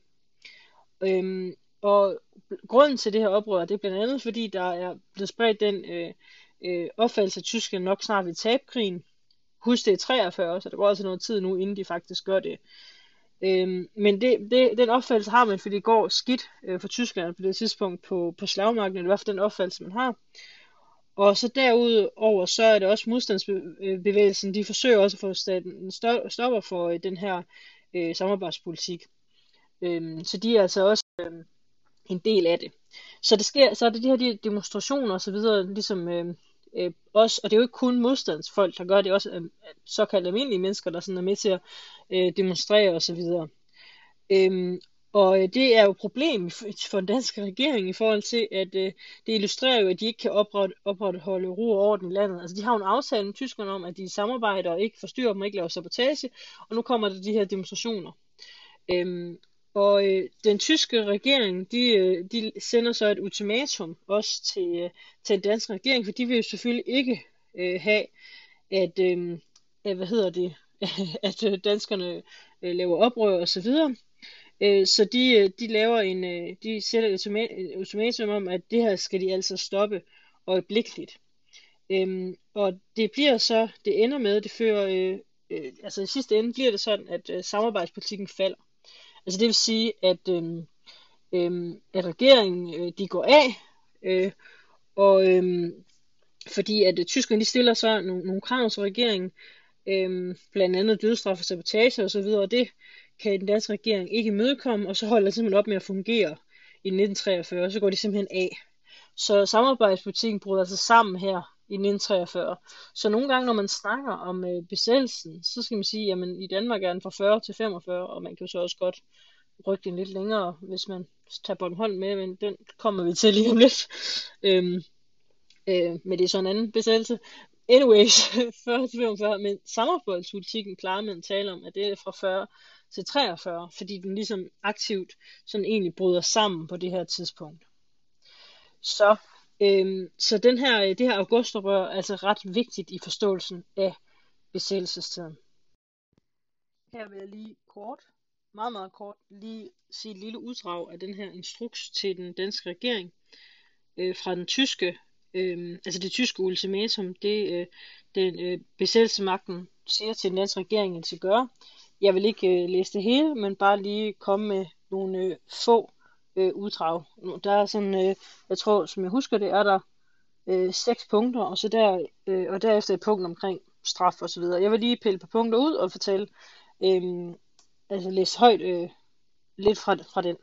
Og grunden til det her oprør, det er blandt andet fordi der er blevet spredt den opfattelse, at Tyskland nok snart vil tabe krigen. Husk det er 43, så der går altså noget tid nu, inden de faktisk gør det. Men den opfattelse har man, fordi det går skidt for Tyskland på det tidspunkt på slagmarken, eller i hvert fald den opfattelse man har. Og så derudover, så er det også modstandsbevægelsen, de forsøger også at få staten stopper for den her samarbejdspolitik. Så de er altså også en del af det. Så er det de her demonstrationer og så videre, ligesom også, og det er jo ikke kun modstandsfolk, der gør det, også såkaldt almindelige mennesker, der sådan er med til at demonstrere og så videre. Og det er jo et problem for den danske regering i forhold til, at det illustrerer jo, at de ikke kan opretholde ro og orden i landet. Altså de har jo en aftale med tyskerne om, at de samarbejder og ikke forstyrrer dem og ikke laver sabotage, og nu kommer der de her demonstrationer. Og den tyske regering, de sender så et ultimatum også til den danske regering, for de vil jo selvfølgelig ikke have, at, at danskerne laver oprør og så videre. Så de laver de sætter et ultimatum om, at det her skal de altså stoppe øjeblikkeligt. Og det bliver så, det ender med, det fører, altså i sidste ende bliver det sådan, at samarbejdspolitikken falder. Altså det vil sige, at regeringen de går af, og fordi at tyskerne de stiller så nogle krav til regeringen, blandt andet dødsstraf og sabotage og så videre, og det kan den danske regering ikke imødekomme, og så holder det simpelthen op med at fungere i 1943, og så går de simpelthen af. Så samarbejdspolitikken bryder altså sammen her i 1943. Så nogle gange, når man snakker om besættelsen, så skal man sige, jamen i Danmark er den fra 40 til 45, og man kan jo så også godt rykke den lidt længere, hvis man tager Bornholm med, men den kommer vi til lige om lidt. Men det er sådan en anden besættelse. Anyways, 40 til 45, men samarbejdspolitikken plejer man at tale om, at det er fra 40 til 43, fordi den ligesom aktivt sådan egentlig bryder sammen på det her tidspunkt. Så det her augustoprør er altså ret vigtigt i forståelsen af besættelsestiden. Her vil jeg lige meget kort, lige sige et lille uddrag af den her instruks til den danske regering fra den tyske, altså det tyske ultimatum, den besættelsesmagten siger til den danske regering, at de skal gøre. Jeg vil ikke læse det hele, men bare lige komme med nogle få uddrag. Der er sådan, jeg tror, som jeg husker det, er der 6 punkter, og så og derefter et punkt omkring straf og så videre. Jeg vil lige pille på punkter ud og fortælle, altså læse højt lidt fra den.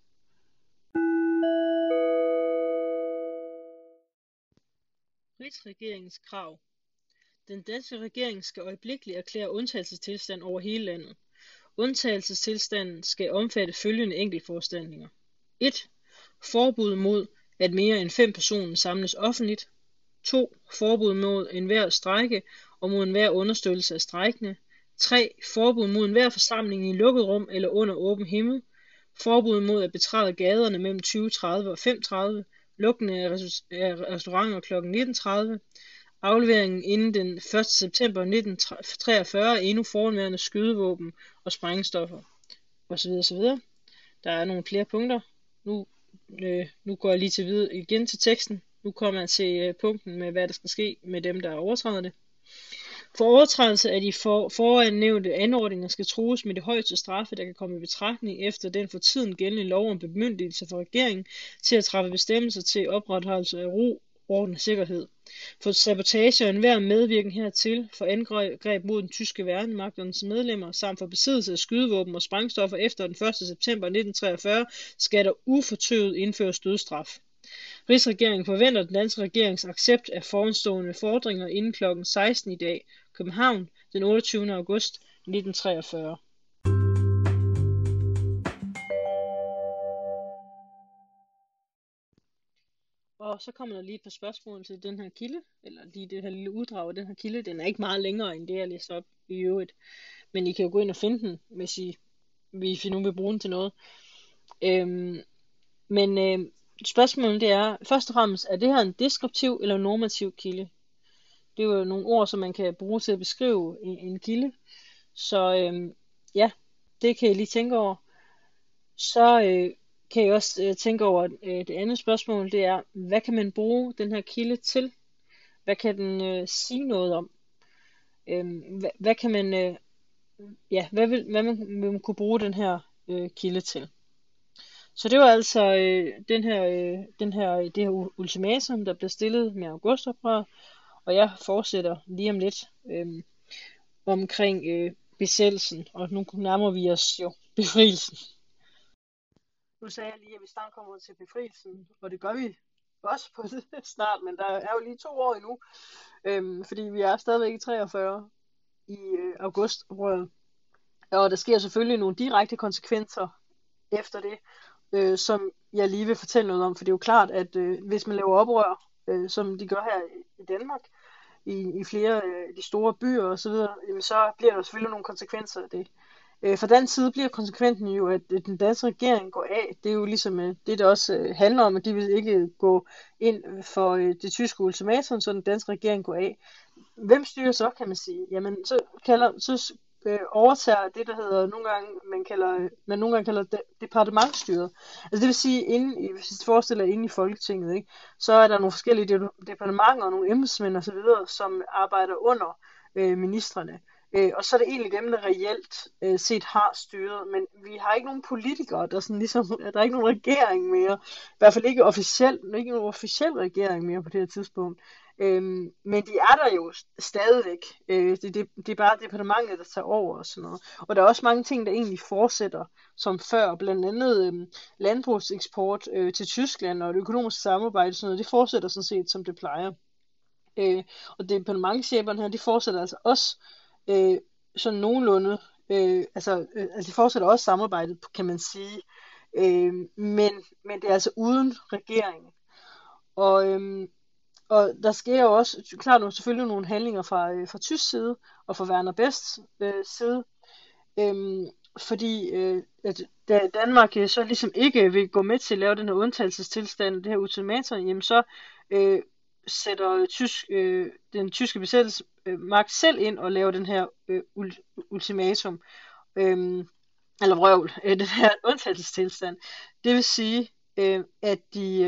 Rigsregeringens krav. Den danske regering skal øjeblikkeligt erklære undtagelsestilstand over hele landet. Undtagelsestilstanden skal omfatte følgende enkeltforanstaltninger. 1. Forbud mod, at mere end 5 personer samles offentligt. 2. Forbud mod enhver strejke og mod enhver understøttelse af strejkende. 3. Forbud mod enhver forsamling i lukket rum eller under åben himmel. Forbud mod at betræde gaderne mellem 20.30 og 5.30. Lukning af restauranter kl. 19.30. Afleveringen inden den 1. september 1943 endnu fornværende skydevåben og sprængstoffer osv. osv. Der er nogle flere punkter. Nu går jeg lige igen til teksten. Nu kommer jeg til punkten med, hvad der skal ske med dem, der overtræder det. For overtrædelse af de foran nævnte anordninger skal trues med det højeste straffe, der kan komme i betragtning efter den for tiden gældende lov om bemyndigelse for regeringen til at træffe bestemmelser til opretholdelse af ro, orden og sikkerhed. For sabotage og enhver medvirken hertil, for angreb mod den tyske værnemagt og dens medlemmer, samt for besiddelse af skydevåben og sprængstoffer efter den 1. september 1943, skal der ufortøvet indføres dødsstraf. Rigsregeringen forventer den danske regerings accept af foranstående fordringer inden kl. 16 i dag. København, den 28. august 1943. Og så kommer der lige et par spørgsmål til den her kilde, eller lige det her lille uddrag af den her kilde. Den er ikke meget længere end det, jeg læste op i øvrigt. Men I kan jo gå ind og finde den, hvis I nu vil bruge den til noget. Spørgsmålet det er, først og fremmest, er det her en deskriptiv eller normativ kilde? Det er jo nogle ord, som man kan bruge til at beskrive en kilde. Så ja, det kan I lige tænke over. Så kan I også tænke over det andet spørgsmål, det er, hvad kan man bruge den her kilde til? Hvad kan den sige noget om? Hvad kan man, hvad vil man kunne bruge den her kilde til? Så det var altså det her ultimatum, der blev stillet med augustoprøret, og jeg fortsætter lige om lidt omkring besættelsen, og nu nærmer vi os jo befrielsen. Nu sagde jeg lige, at vi snart kommer til befrielsen, og det gør vi også på det snart, men der er jo lige 2 år endnu, fordi vi er stadigvæk i 43 i augustoprøret, og der sker selvfølgelig nogle direkte konsekvenser efter det, som jeg lige vil fortælle noget om, for det er jo klart, at hvis man laver oprør, som de gør her i Danmark, i flere af de store byer og så videre, så bliver der selvfølgelig nogle konsekvenser af det.
Fra den side bliver konsekvensen jo, at den danske regering går af. Det er jo ligesom det, der også handler om, at de vil ikke gå ind for det tyske ultimatum, så den danske regering går af. Hvem styrer så, kan man sige? Jamen, overtager det, der hedder man nogle gange kalder departementsstyret. Altså det vil sige, hvis vi forestiller inde i Folketinget, ikke, så er der nogle forskellige departementer og nogle embedsmænd osv., som arbejder under ministrene. Og så er det egentlig dem, der reelt set har styret. Men vi har ikke nogen politikere, der sådan ligesom, der er ikke nogen regering mere. I hvert fald ikke ikke nogen officiel regering mere på det her tidspunkt. Men de er der jo stadigvæk. Det er bare departementet, der tager over og sådan noget. Og der er også mange ting, der egentlig fortsætter som før. Blandt andet landbrugseksport til Tyskland og det økonomiske samarbejde og sådan noget. Det fortsætter sådan set, som det plejer. Og departementscheferne her, de fortsætter altså også sådan nogenlunde. De fortsætter også samarbejdet, kan man sige. Men det er altså uden regeringen. Og der sker jo også, klart nu selvfølgelig nogle handlinger fra tysk side, og fra Werner Bests side, fordi at da Danmark så ligesom ikke vil gå med til at lave den her undtagelsestilstand, det her ultimatum, jamen så sætter den tyske besættelsesmagt selv ind og laver den her ultimatum, eller vrøvl, den her undtagelsestilstand. Det vil sige, at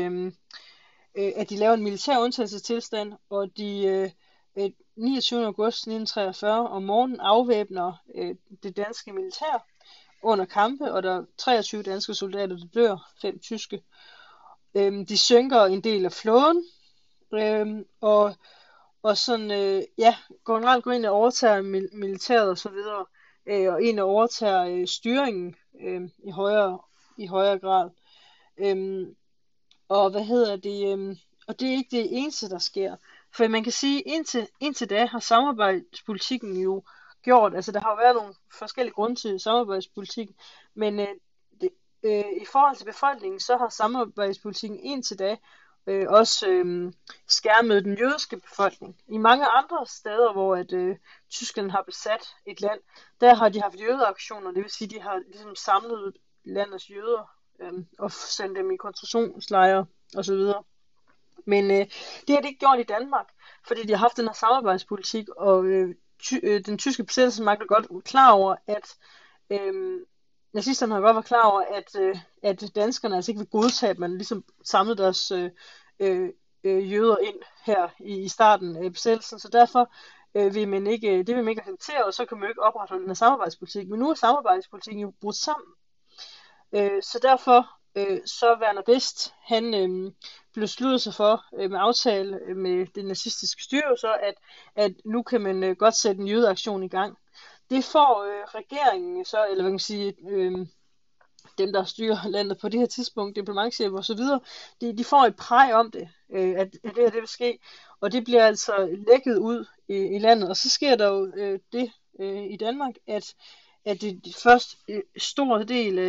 de laver en militær undtagelsestilstand, og de 29. august 1943 om morgenen afvæbner det danske militær under kampe, og der er 23 danske soldater, der dør, 5 tyske. De synker en del af flåden, og sådan, går ind og overtager militæret og så videre, og ind og overtager styringen i højere grad. Og og det er ikke det eneste, der sker. For man kan sige, indtil da har samarbejdspolitikken jo gjort, altså der har jo været nogle forskellige grunde til samarbejdspolitikken, men i forhold til befolkningen, så har samarbejdspolitikken indtil da også skærmet den jødiske befolkning. I mange andre steder, hvor Tyskland har besat et land, der har de haft jødeaktioner, det vil sige, de har ligesom samlet landets jøder og sendt dem i koncentrationslejre osv. Men det har de ikke gjort i Danmark, fordi de har haft den her samarbejdspolitik, og den tyske besættelsesmagt er godt klar over, at nazisterne har godt været klar over, at danskerne altså ikke vil godtage, at man ligesom samlede deres jøder ind her i starten af besættelsen, så derfor vil man ikke acceptere, og så kan man jo ikke opretholde den her samarbejdspolitik. Men nu er samarbejdspolitikken jo brudt sammen. Så derfor så Werner Best, han besluttede sig for med aftale med det nazistiske styre, så at nu kan man godt sætte en jødeaktion i gang. Det får regeringen så, eller hvad kan man sige, dem der styrer landet på det her tidspunkt, diplomatchefer og så videre, de får et præg om det, at det her det vil ske, og det bliver altså lækket ud i landet, og så sker der jo det i Danmark, at det først stor del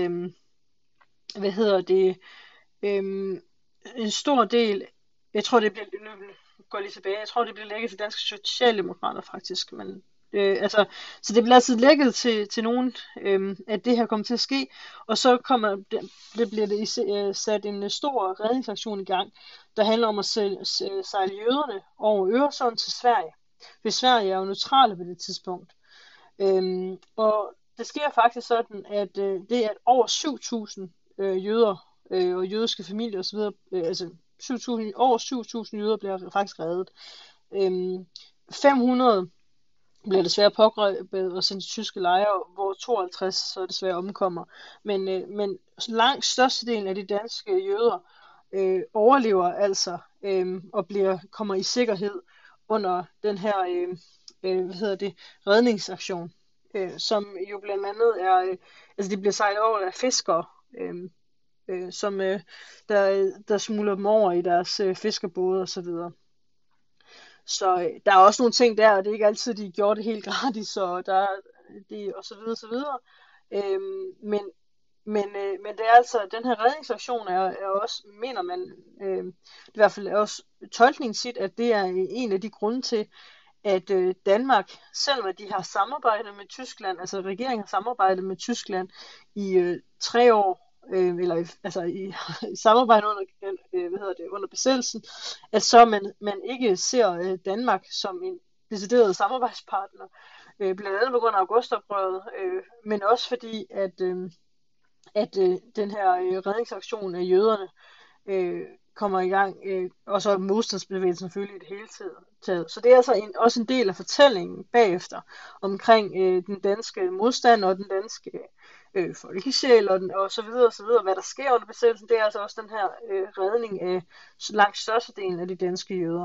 en stor del, jeg tror det bliver, nu går lige tilbage, jeg tror det bliver lækket til danske socialdemokrater faktisk, men så det bliver altid lækket til nogen, at det her kommer til at ske, og så bliver det sat en stor redningsaktion i gang, der handler om at sejle jøderne over Øresund til Sverige. For Sverige er jo neutrale på det tidspunkt. Og det sker faktisk sådan, at det er over 7.000 jøder og jødiske familier osv., over 7.000 jøder bliver faktisk reddet. 500 bliver desværre pågrebet og sendt til tyske lejre, hvor 52 så desværre omkommer. Men langt størstedelen af de danske jøder overlever altså og kommer i sikkerhed under den her redningsaktion, som jo blandt andet er, de bliver sejlet over af fiskere, som der smugler dem over i deres fiskerbåde og så videre. Så der er også nogle ting der, og det er ikke altid, de gjorde det helt gratis, og der det og så videre, så videre. Men det er altså, den her redningsaktion er også, mener man, i hvert fald også tolkningen sit, at det er en af de grunde til, at Danmark, selvom de har samarbejdet med Tyskland, altså regeringen har samarbejdet med Tyskland i 3 år, altså i samarbejde under besættelsen, at så man ikke ser Danmark som en decideret samarbejdspartner, blandt andet på grund af augustoprøret, men også fordi, at den her redningsaktion af jøderne kommer i gang, og så modstandsbevægelsen selvfølgelig i det hele taget. Så det er altså også en del af fortællingen bagefter, omkring den danske modstand og den danske folkesjæl og så videre, hvad der sker under besættelsen. Det er altså også den her redning af langt størstedelen af de danske jøder.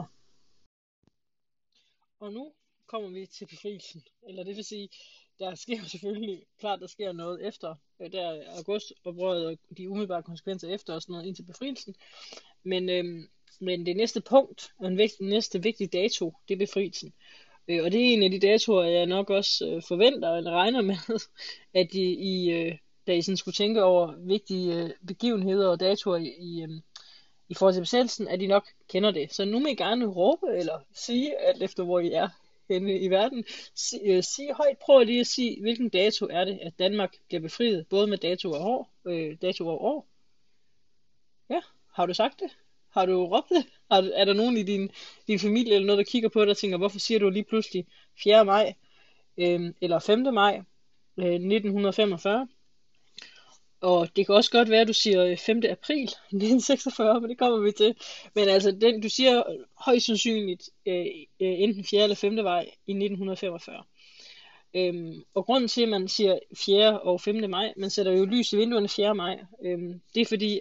Og nu kommer vi til befrielsen, eller det vil sige, der sker selvfølgelig klart, der sker noget efter, der augustoprøret og de umiddelbare konsekvenser efter og sådan noget indtil befrielsen. Men det næste punkt, og den næste vigtige dato, det er befrielsen. Og det er en af de datoer, jeg nok også forventer eller regner med, at da I sådan skulle tænke over vigtige begivenheder og datoer i forhold til besættelsen, at I nok kender det. Så nu må I gerne råbe eller sige, alt efter hvor I er henne i verden, sige højt, prøv lige at sige, hvilken dato er det, at Danmark bliver befriet, både med dato og år. Ja, har du sagt det? Har du råbt det? Er der nogen i din familie eller noget, der kigger på dig og tænker, hvorfor siger du lige pludselig 4. maj eller 5. maj 1945? Og det kan også godt være, at du siger 5. april 1946, men det kommer vi til. Men altså, du siger højst sandsynligt enten 4. eller 5. maj i 1945. Og grunden til, at man siger 4. og 5. maj, man sætter jo lys i vinduerne 4. maj, det er fordi,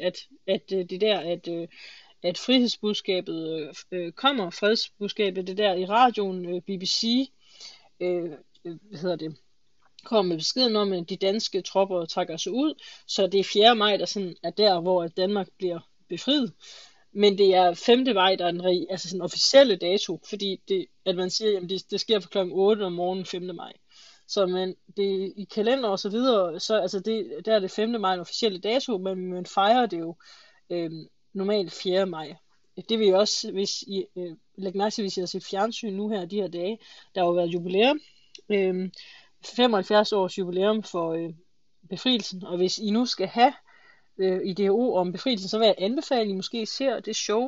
at frihedsbudskabet kommer, fredsbudskabet, det der i radioen, BBC, kommer med beskeden om, at de danske tropper trækker sig ud, så det er 4. maj, der sådan er der, hvor Danmark bliver befriet. Men det er 5. maj, der er den officielle dato, fordi at man siger, at det sker fra klokken 8 om morgenen 5. maj. Så det i kalender og så videre, så altså der er det 5. maj en officielle dato, men man fejrer det jo normalt 4. maj. Det vil I også, hvis I lægger mærke til, hvis I har set fjernsyn nu her de her dage, der har jo været jubilæum, 75 års jubilæum for befrielsen, og hvis I nu skal have i DHO om befrielsen, så vil jeg anbefale, at I måske ser det show.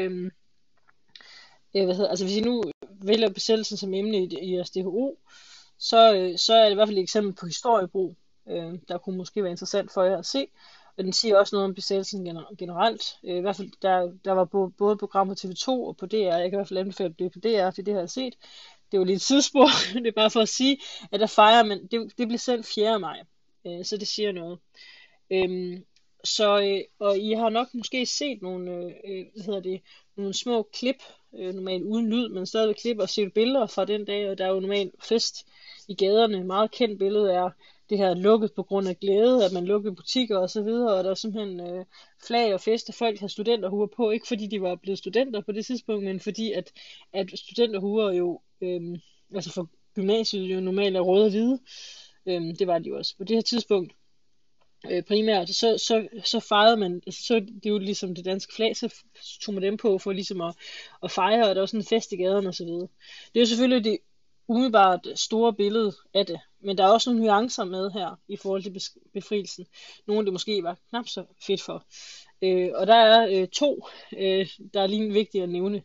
Hvis I nu vælger besættelsen som emne i jeres DHO, så er det i hvert fald et eksempel på historiebrug, der kunne måske være interessant for jer at se. Og den siger også noget om besættelsen generelt. I hvert fald, der var både program på TV2 og på DR. Jeg kan i hvert fald anbefale det på DR, fordi det har jeg set. Det er jo lidt et tidsspor. Det er bare for at sige, at der fejrer man. Det bliver sendt 4. maj. Så det siger noget. Og I har nok måske set nogle små klip, normalt uden lyd, men stadigvæk klip og set billeder fra den dag, og der er jo normalt fest i gaderne. Meget kendt billede er det her lukket på grund af glæde, at man lukkede butikker og så videre, og der er simpelthen flag og fest, og folk har studenterhuer på, ikke fordi de var blevet studenter på det tidspunkt, men fordi at studenterhuer jo, for gymnasiet jo normalt er røde og hvide, det var de jo også på det her tidspunkt. Primært, så fejrede man, så det er jo ligesom det danske flag, så tog man dem på for ligesom at fejre, og der var sådan en fest i gaderne og så videre. Det er jo selvfølgelig det umiddelbart store billede af det, men der er også nogle nuancer med her i forhold til befrielsen. Nogle det måske var knap så fedt for. Og der er to, der er lige vigtigt at nævne.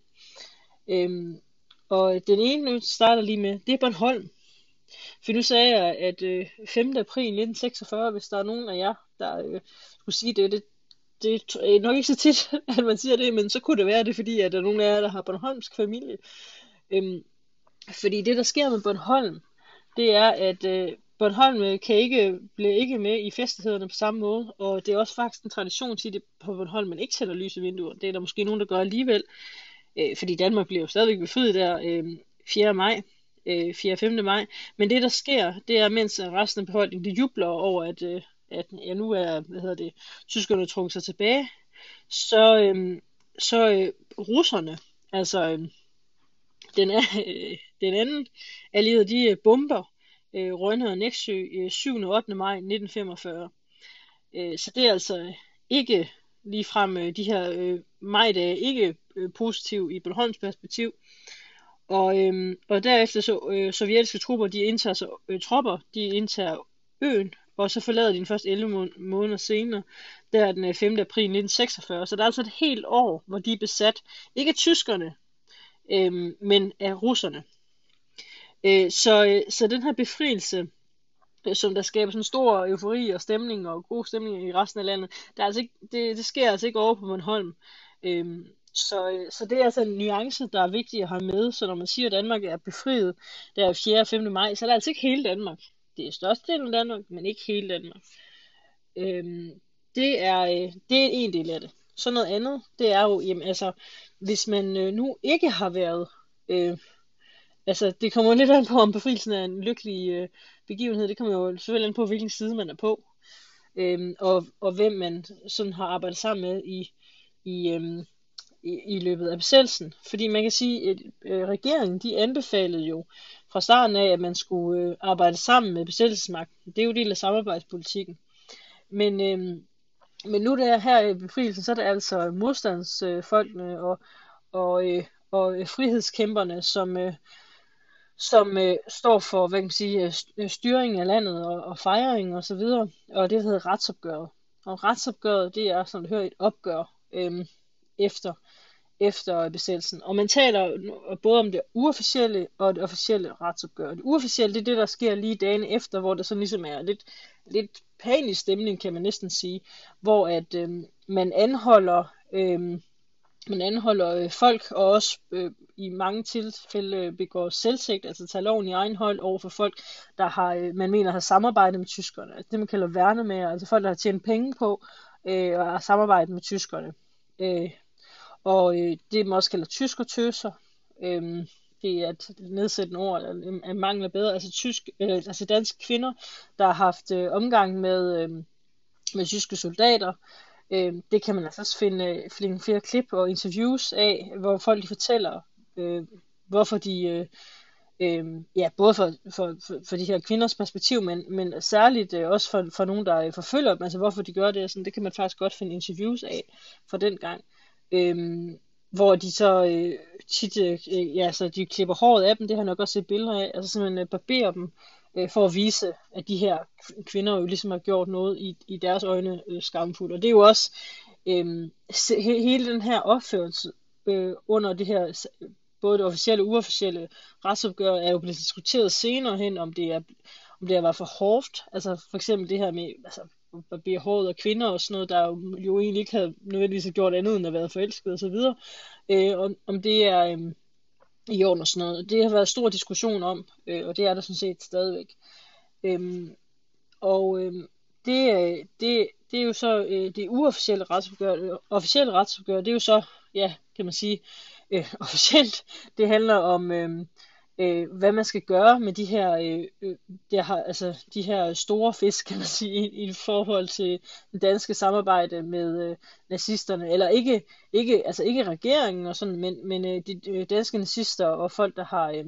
Og den ene, nu starter lige med, det er Bornholm. For nu sagde jeg, at 5. april 1946, hvis der er nogen af jer, der skulle sige det er nok ikke så tit, at man siger det, men så kunne det være det, fordi at der er nogen af jer, der har bornholmsk familie. Fordi det, der sker med Bornholm, det er, at Bornholm bliver ikke med i festlighederne på samme måde, og det er også faktisk en tradition til det på Bornholm, man ikke sætter lys i vinduer. Det er der måske nogen, der gør alligevel, fordi Danmark bliver jo stadigvæk befriet der 4. maj. 4. og 5. maj. Men det der sker, det er, mens resten af befolkningen de jubler over, at nu er, tyskerne trukket sig tilbage, så russerne, altså den anden allierede, de bomber Rønne og Nexø 7. og 8. maj 1945. Så det er altså ikke ligefrem de her majdage, ikke positivt i Bornholms perspektiv. Og derefter så sovjetiske tropper, de indtager øen, og så forlader de den først 11 måneder senere, der den 5. april 1946. Så der er altså et helt år, hvor de er besat, ikke af tyskerne, men af russerne. Så den her befrielse, som der skaber sådan stor eufori og stemning og god stemning i resten af landet, det sker altså ikke over på Bornholm. Så det er altså en nuance, der er vigtig at have med. Så når man siger, at Danmark er befriet der 4. og 5. maj, så er det altså ikke hele Danmark. Det er størstedelen af Danmark, men ikke hele Danmark. Det er en del af det. Så noget andet, det er jo, jamen altså, hvis man nu ikke har været, altså det kommer lidt an på, om befrielsen er en lykkelig begivenhed. Det kommer jo selvfølgelig an på, hvilken side man er på, og hvem man sådan har arbejdet sammen med i løbet af besættelsen. Fordi man kan sige, at regeringen, de anbefalede jo fra starten af, at man skulle arbejde sammen med besættelsesmagten. Det er jo del af samarbejdspolitikken. Men nu der her i befrielsen, så er det altså modstandsfolkene og frihedskæmperne, som står for, hvad kan man sige, styring af landet og fejring og så videre. Og det hedder retsopgøret. Og retsopgøret, det er, som du hører, et opgør efter besættelsen. Og man taler både om det uofficielle og det officielle retsopgør. Det uofficielle, det er det, der sker lige dagen efter, hvor der så ligesom er lidt panisk stemning, kan man næsten sige, hvor at man anholder folk, og også i mange tilfælde begår selvtægt, altså tager loven i egen hold over for folk, der man mener har samarbejdet med tyskerne. Altså det man kalder værnemager, altså folk, der har tjent penge på og har samarbejdet med tyskerne. Og det man også kalder tyskertøser. Det er et nedsættende ord, af mangel af bedre. Altså danske kvinder, der har haft omgang med tyske soldater. Det kan man altså også finde flere klip og interviews af, hvor folk de fortæller, hvorfor de, både for de her kvinders perspektiv, men særligt også for nogen, der forfølger dem, altså hvorfor de gør det. Sådan, det kan man faktisk godt finde interviews af fra den gang. Hvor de så tit, så de klipper håret af dem, det har jeg nok også set billeder af, altså simpelthen barberer dem, for at vise, at de her kvinder jo ligesom har gjort noget i deres øjne skamfuldt. Og det er jo også hele den her opførelse under det her, både det officielle og uofficielle retsopgør, er jo blevet diskuteret senere hen, om det var for hårdt. Altså for eksempel det her med, altså barbere håret af kvinder og sådan noget, der jo egentlig ikke havde nødvendigvis gjort andet end at være forelsket og så videre. Om det er i orden og sådan noget. Det har været stor diskussion om, og det er der sådan set stadigvæk. Det er jo så det uofficielle retsopgør. Det officielle retsopgør, det er jo så, ja, kan man sige, officielt. Det handler om, hvad man skal gøre med de her store fisk, kan man sige, i forhold til det danske samarbejde med nazisterne, eller ikke regeringen og sådan, men de danske nazister og folk, der har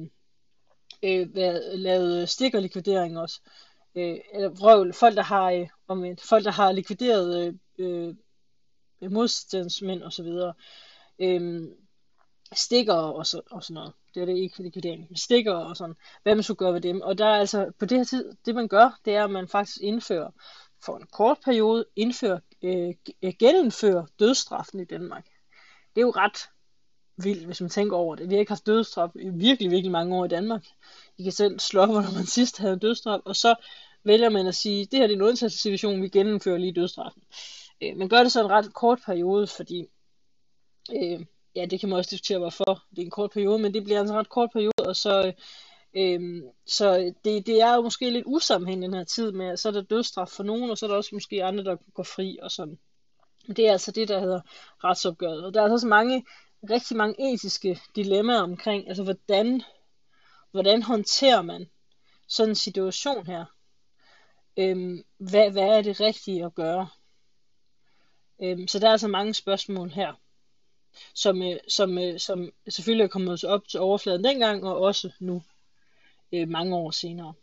lavet stikkerlikvidering også, eller folk, der har likvideret modstandsmænd og så videre. Stikker og sådan noget. Det er det ikke likvidering. Stikker og sådan. Hvad man skulle gøre ved dem. Og der er altså på det her tid, det man gør, det er, at man faktisk indfører, for en kort periode, genindfører dødsstraffen i Danmark. Det er jo ret vildt, hvis man tænker over det. Vi har ikke haft dødsstraf i virkelig, virkelig mange år i Danmark. I kan selv slå op, når man sidst havde dødsstraf, og så vælger man at sige, det her det er en undtagelsessituation, vi genindfører lige dødsstraffen. Man gør det så en ret kort periode, fordi ja, det kan man også diskutere, hvorfor det er en kort periode, men det bliver en ret kort periode, og så det er jo måske lidt usammenhængende den her tid med, så er der dødsstraf for nogen, og så er der også måske andre, der går fri og sådan. Det er altså det, der hedder retsopgøret. Og der er altså rigtig mange etiske dilemmaer omkring, altså hvordan håndterer man sådan en situation her? Hvad er det rigtige at gøre? Så der er altså mange spørgsmål her, som selvfølgelig er kommet op til overfladen dengang, og også nu, mange år senere.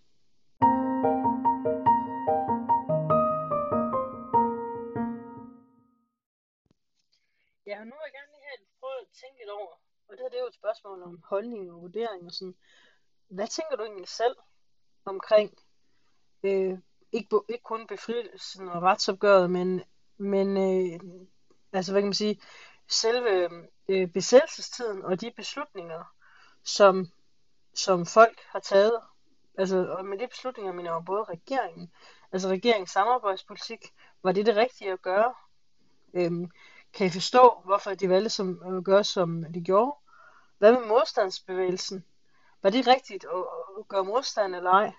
Ja, og nu vil jeg gerne lige prøve at tænke lidt over, Og det her, det er jo et spørgsmål om holdning og vurdering og sådan. Hvad tænker du egentlig selv omkring, ikke kun befrielsen og retsopgøret, men altså hvad kan man sige, selve besættelsestiden og de beslutninger, som folk har taget. Altså, og med de beslutninger mener jeg både regeringen, altså regeringens samarbejdspolitik, var det rigtige at gøre? Kan I forstå, hvorfor de valgte at gøre, som de gjorde? Hvad med modstandsbevægelsen? Var det rigtigt at gøre modstand eller ej?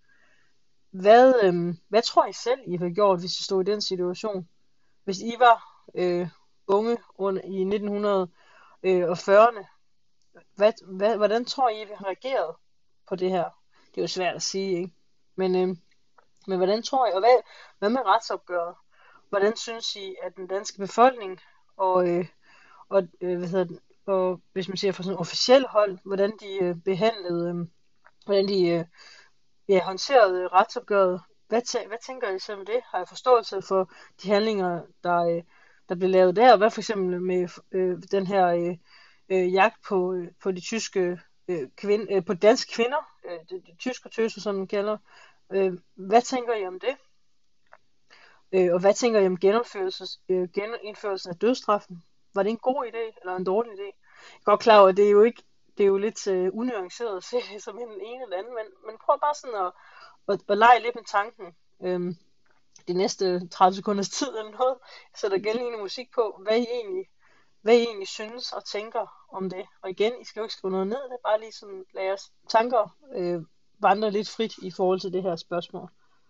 Hvad tror I selv, I havde gjort, hvis I stod i den situation? Hvis I var unge i 1940'erne, hvordan tror I, vi har reageret på det her? Det er jo svært at sige, ikke? Men hvordan tror I, og hvad med retsopgøret? Hvordan synes I, at den danske befolkning og hvis man siger fra sådan et officielt hold, hvordan de behandlede, hvordan de håndterede retsopgøret? Hvad tænker I så om det? Har jeg forståelse for de handlinger, der blev lavet der? Hvad for eksempel med den her jagt på de tyske på danske kvinder, de tyske tøser, som man kalder. Hvad tænker I om det? Og hvad tænker I om genindførelsen af dødsstraffen? Var det en god idé eller en dårlig idé? Jeg er godt klar over, at det er jo lidt unuanceret at se det som en eller anden, men prøv bare sådan at lege lidt med tanken. De næste 30 sekunders tid eller noget, sætter gældende musik på, hvad I egentlig synes og tænker om det. Og igen, I skal jo ikke skrive noget ned, det er bare lige sådan, lad jeres tanker vandre lidt frit i forhold til det her spørgsmål.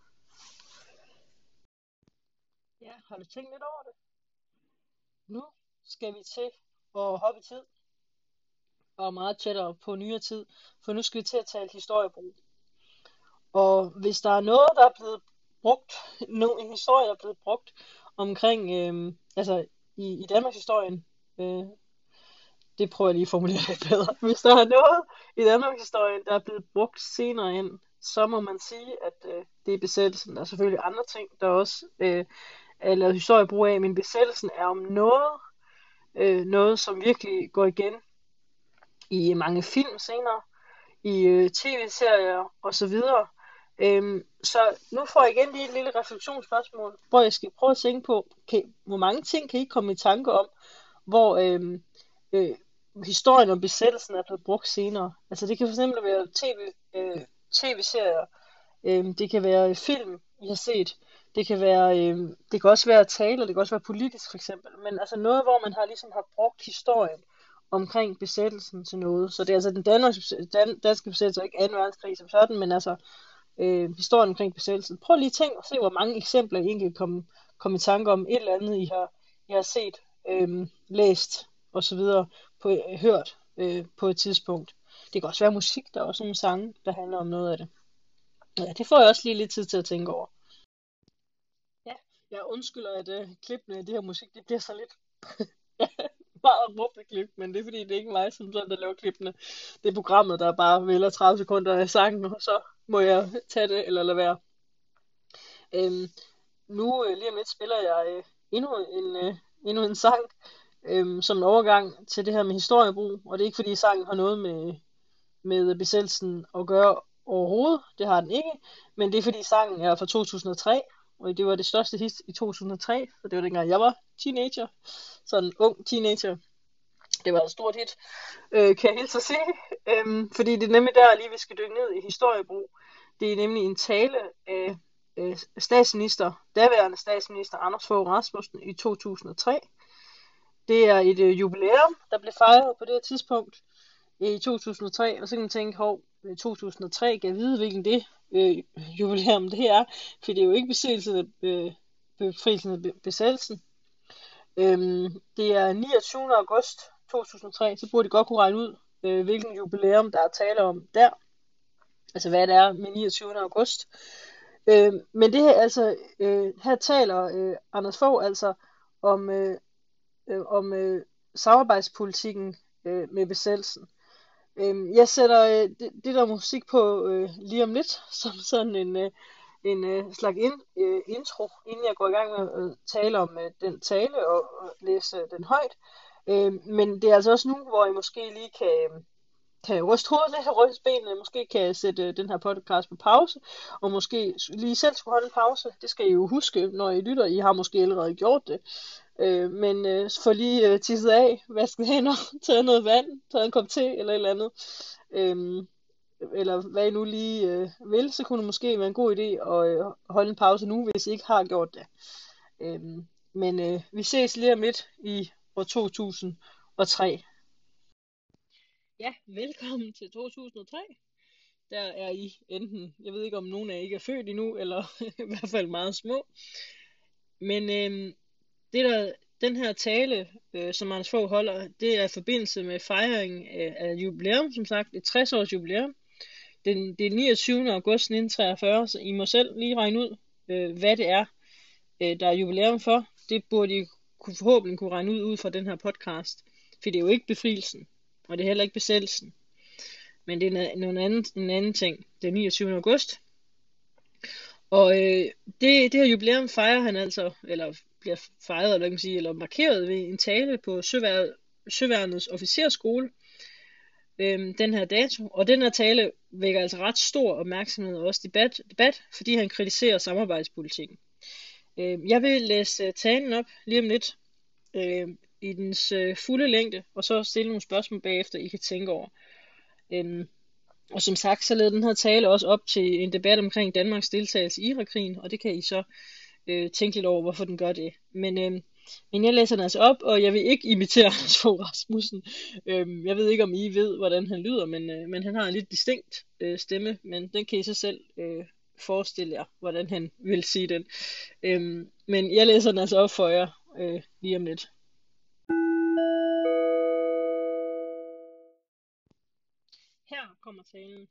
Ja, har du tænkt lidt over det? Nu skal vi til at hoppe i tid, og meget tættere på nyere tid, for nu skal vi til at tale historiebrug. Og hvis der er noget, der er blevet brugt, en historie, der er blevet brugt omkring, altså i Danmarks historien, det prøver jeg lige at formulere lidt bedre. Hvis der er noget i Danmarks historie, der er blevet brugt senere ind, så må man sige, at det er besættelsen. Der er selvfølgelig andre ting, der også er lavet historiebrug af, men besættelsen er om noget, som virkelig går igen i mange film senere, i tv-serier osv. Så nu får jeg igen lige et lille refleksionsspørgsmål, hvor jeg skal prøve at tænke på, hvor mange ting kan I komme i tanke om, hvor historien om besættelsen er blevet brugt senere. Altså det kan fx være tv-serier, det kan være film, I har set, det kan også være taler, det kan også være politisk for eksempel, men altså noget, hvor man har brugt historien omkring besættelsen til noget. Så det er altså den danske besættelse, ikke 2. verdenskrig som sådan, men altså historien omkring besættelsen. Prøv lige at tænke og se, hvor mange eksempler I egentlig kan komme i tanke om et eller andet, I har set, læst osv. Hørt på et tidspunkt. Det kan også være musik, der er også nogle sange, der handler om noget af det. Ja, det får jeg også lige lidt tid til at tænke over. Ja, jeg undskylder, at klippene i det her musik, det bliver så lidt meget råbte klip, men det er fordi, det er ikke mig, som sådan, der laver klippene. Det er programmet, der bare vælger 30 sekunder af sangen, og så må jeg tage det eller lade være. Nu lige om lidt spiller jeg endnu en sang, som en overgang til det her med historiebrug, og det er ikke fordi sangen har noget med besættelsen at gøre overhovedet, det har den ikke, men det er fordi sangen er fra 2003, og det var det største hit i 2003, så det var dengang jeg var teenager, sådan en ung teenager. Det var et stort hit, kan jeg hilse at sige, fordi det er nemlig der lige vi skal dykke ned i historiebrug. Det er nemlig en tale af daværende statsminister Anders Fogh Rasmussen i 2003. Det er et jubilæum, der blev fejret på det her tidspunkt i 2003, og så kan man tænke, 2003 kan jeg vide, hvilken det jubilæum det er, for det er jo ikke befrielsen af besættelsen. Det er 29. august 2003, så burde I godt kunne regne ud, hvilken jubilæum der er tale om der. Altså hvad det er med 29. august. Men det her, altså, her taler Anders Fogh altså om samarbejdspolitikken med besættelsen. Jeg sætter det der musik på lige om lidt, som sådan en slags intro, inden jeg går i gang med at tale om den tale og læse den højt. Men det er altså også nu, hvor I måske lige kan ryste hovedet lidt og ryste benene, måske kan sætte den her podcast på pause, og måske lige selv skulle holde en pause. Det skal I jo huske, når I lytter. I har måske allerede gjort det. Men få lige tisset af, vasket hænder, taget noget vand, taget en kop te eller et eller andet. Eller hvad I nu lige vil, så kunne det måske være en god idé at holde en pause nu, hvis I ikke har gjort det. Men vi ses lige om lidt i år 2003. Ja, velkommen til 2003. Der er I enten, jeg ved ikke om nogen af jer ikke er født endnu, eller i hvert fald meget små. Men den her tale, som Anders Fogh holder, det er i forbindelse med fejringen af jubilæum, som sagt, et 60-års jubilæum. Det er 29. august 1943, så I må selv lige regne ud, hvad det er, der er jubilæum for. Det burde I forhåbentlig kunne regne ud fra den her podcast. For det er jo ikke befrielsen, og det er heller ikke besættelsen. Men det er en anden ting. Det er 29. august. Og det her jubilæum fejrer han altså, eller bliver fejret, eller, kan man sige, eller markeret ved en tale på Søværnets officerskole. Den her dato. Og den her tale vækker altså ret stor opmærksomhed og også debat, fordi han kritiserer samarbejdspolitikken. Jeg vil læse talen op lige om lidt i dens fulde længde, og så stille nogle spørgsmål bagefter, I kan tænke over. Og som sagt, så leder den her tale også op til en debat omkring Danmarks deltagelse i Irakkrigen, og det kan I så tænke lidt over, hvorfor den gør det. Men jeg læser den altså op, og jeg vil ikke imitere Anders Fogh Rasmussen. Jeg ved ikke, om I ved, hvordan han lyder, men han har en lidt distinkt stemme, men den kan I så selv forestille jer, hvordan han vil sige den. Men jeg læser den altså op for jer lige om lidt. Her kommer talen.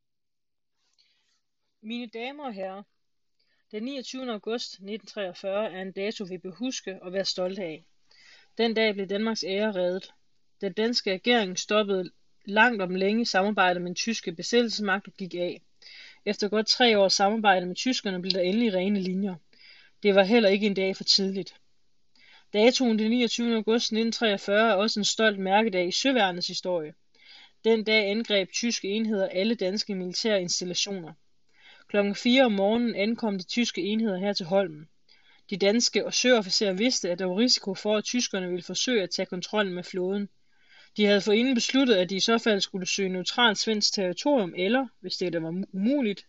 Mine damer og herrer, den 29. august 1943 er en dato, vi bør huske og være stolte af. Den dag blev Danmarks ære reddet. Den danske regering stoppede langt om længe samarbejdet med den tyske besættelsesmagt og gik af. Efter godt 3 års samarbejde med tyskerne blev der endelig rene linjer. Det var heller ikke en dag for tidligt. Datoen den 29. august 1943 er også en stolt mærkedag i Søværnets historie. Den dag angreb tyske enheder alle danske militære installationer. Klokken 4 om morgenen ankom de tyske enheder her til Holmen. De danske og søofficerer vidste, at der var risiko for, at tyskerne ville forsøge at tage kontrollen med flåden. De havde forinden besluttet, at de i så fald skulle søge neutralt svensk territorium, eller, hvis det var umuligt,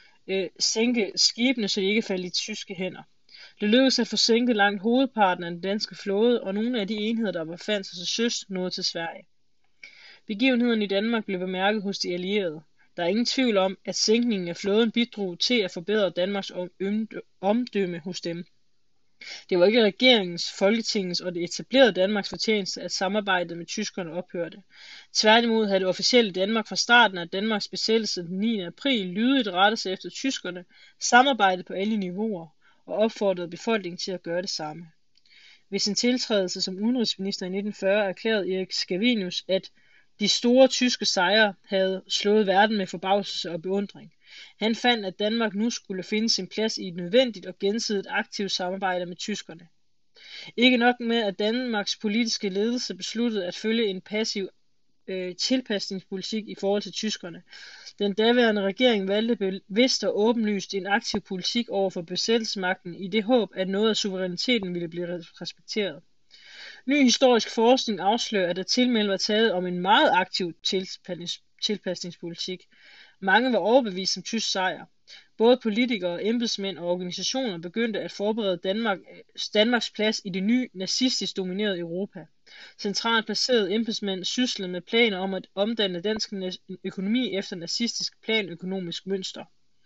sænke skibene, så de ikke faldt i tyske hænder. Det lykkedes at få sænket langt hovedparten af den danske flåde, og nogle af de enheder, der befandt sig til søs, nåede til Sverige. Begivenheden i Danmark blev bemærket hos de allierede. Der er ingen tvivl om, at sænkningen af flåden bidrog til at forbedre Danmarks omdømme hos dem. Det var ikke regeringens, Folketingets og det etablerede Danmarks fortjeneste, at samarbejdet med tyskerne ophørte. Tværtimod havde det officielle Danmark fra starten af Danmarks besættelse den 9. april lydigt rettet sig efter tyskerne, samarbejdet på alle niveauer og opfordrede befolkningen til at gøre det samme. Ved sin tiltrædelse som udenrigsminister i 1940 erklærede Erik Scavenius, at de store tyske sejre havde slået verden med forbavselse og beundring. Han fandt, at Danmark nu skulle finde sin plads i et nødvendigt og gensidigt aktivt samarbejde med tyskerne. Ikke nok med, at Danmarks politiske ledelse besluttede at følge en passiv tilpasningspolitik i forhold til tyskerne. Den daværende regering valgte bevidst og åbenlyst en aktiv politik over for besættelsesmagten i det håb, at noget af suveræniteten ville blive respekteret. Ny historisk forskning afslører, at der tilmeldt var taget om en meget aktiv tilpasningspolitik. Mange var overbevist om tysk sejr. Både politikere, embedsmænd og organisationer begyndte at forberede Danmarks plads i det nye nazistisk dominerede Europa. Centralt placerede embedsmænd syslede med planer om at omdanne dansk økonomi efter nazistisk planøkonomisk mønster.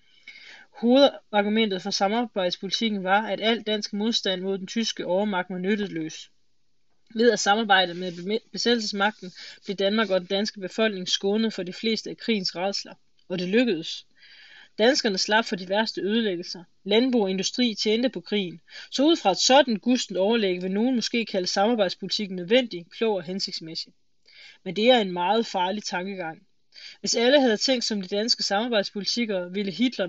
Hovedargumentet for samarbejdspolitikken var, at al dansk modstand mod den tyske overmagt var nytteløs. Ved at samarbejde med besættelsesmagten blev Danmark og den danske befolkning skånet for de fleste af krigens rædsler. Og det lykkedes. Danskerne slap for de værste ødelæggelser. Landbrug og industri tjente på krigen. Så ud fra et sådan gustent overlæg vil nogen måske kalde samarbejdspolitikken nødvendig, klog og hensigtsmæssig. Men det er en meget farlig tankegang. Hvis alle havde tænkt som de danske samarbejdspolitikere, ville Hitler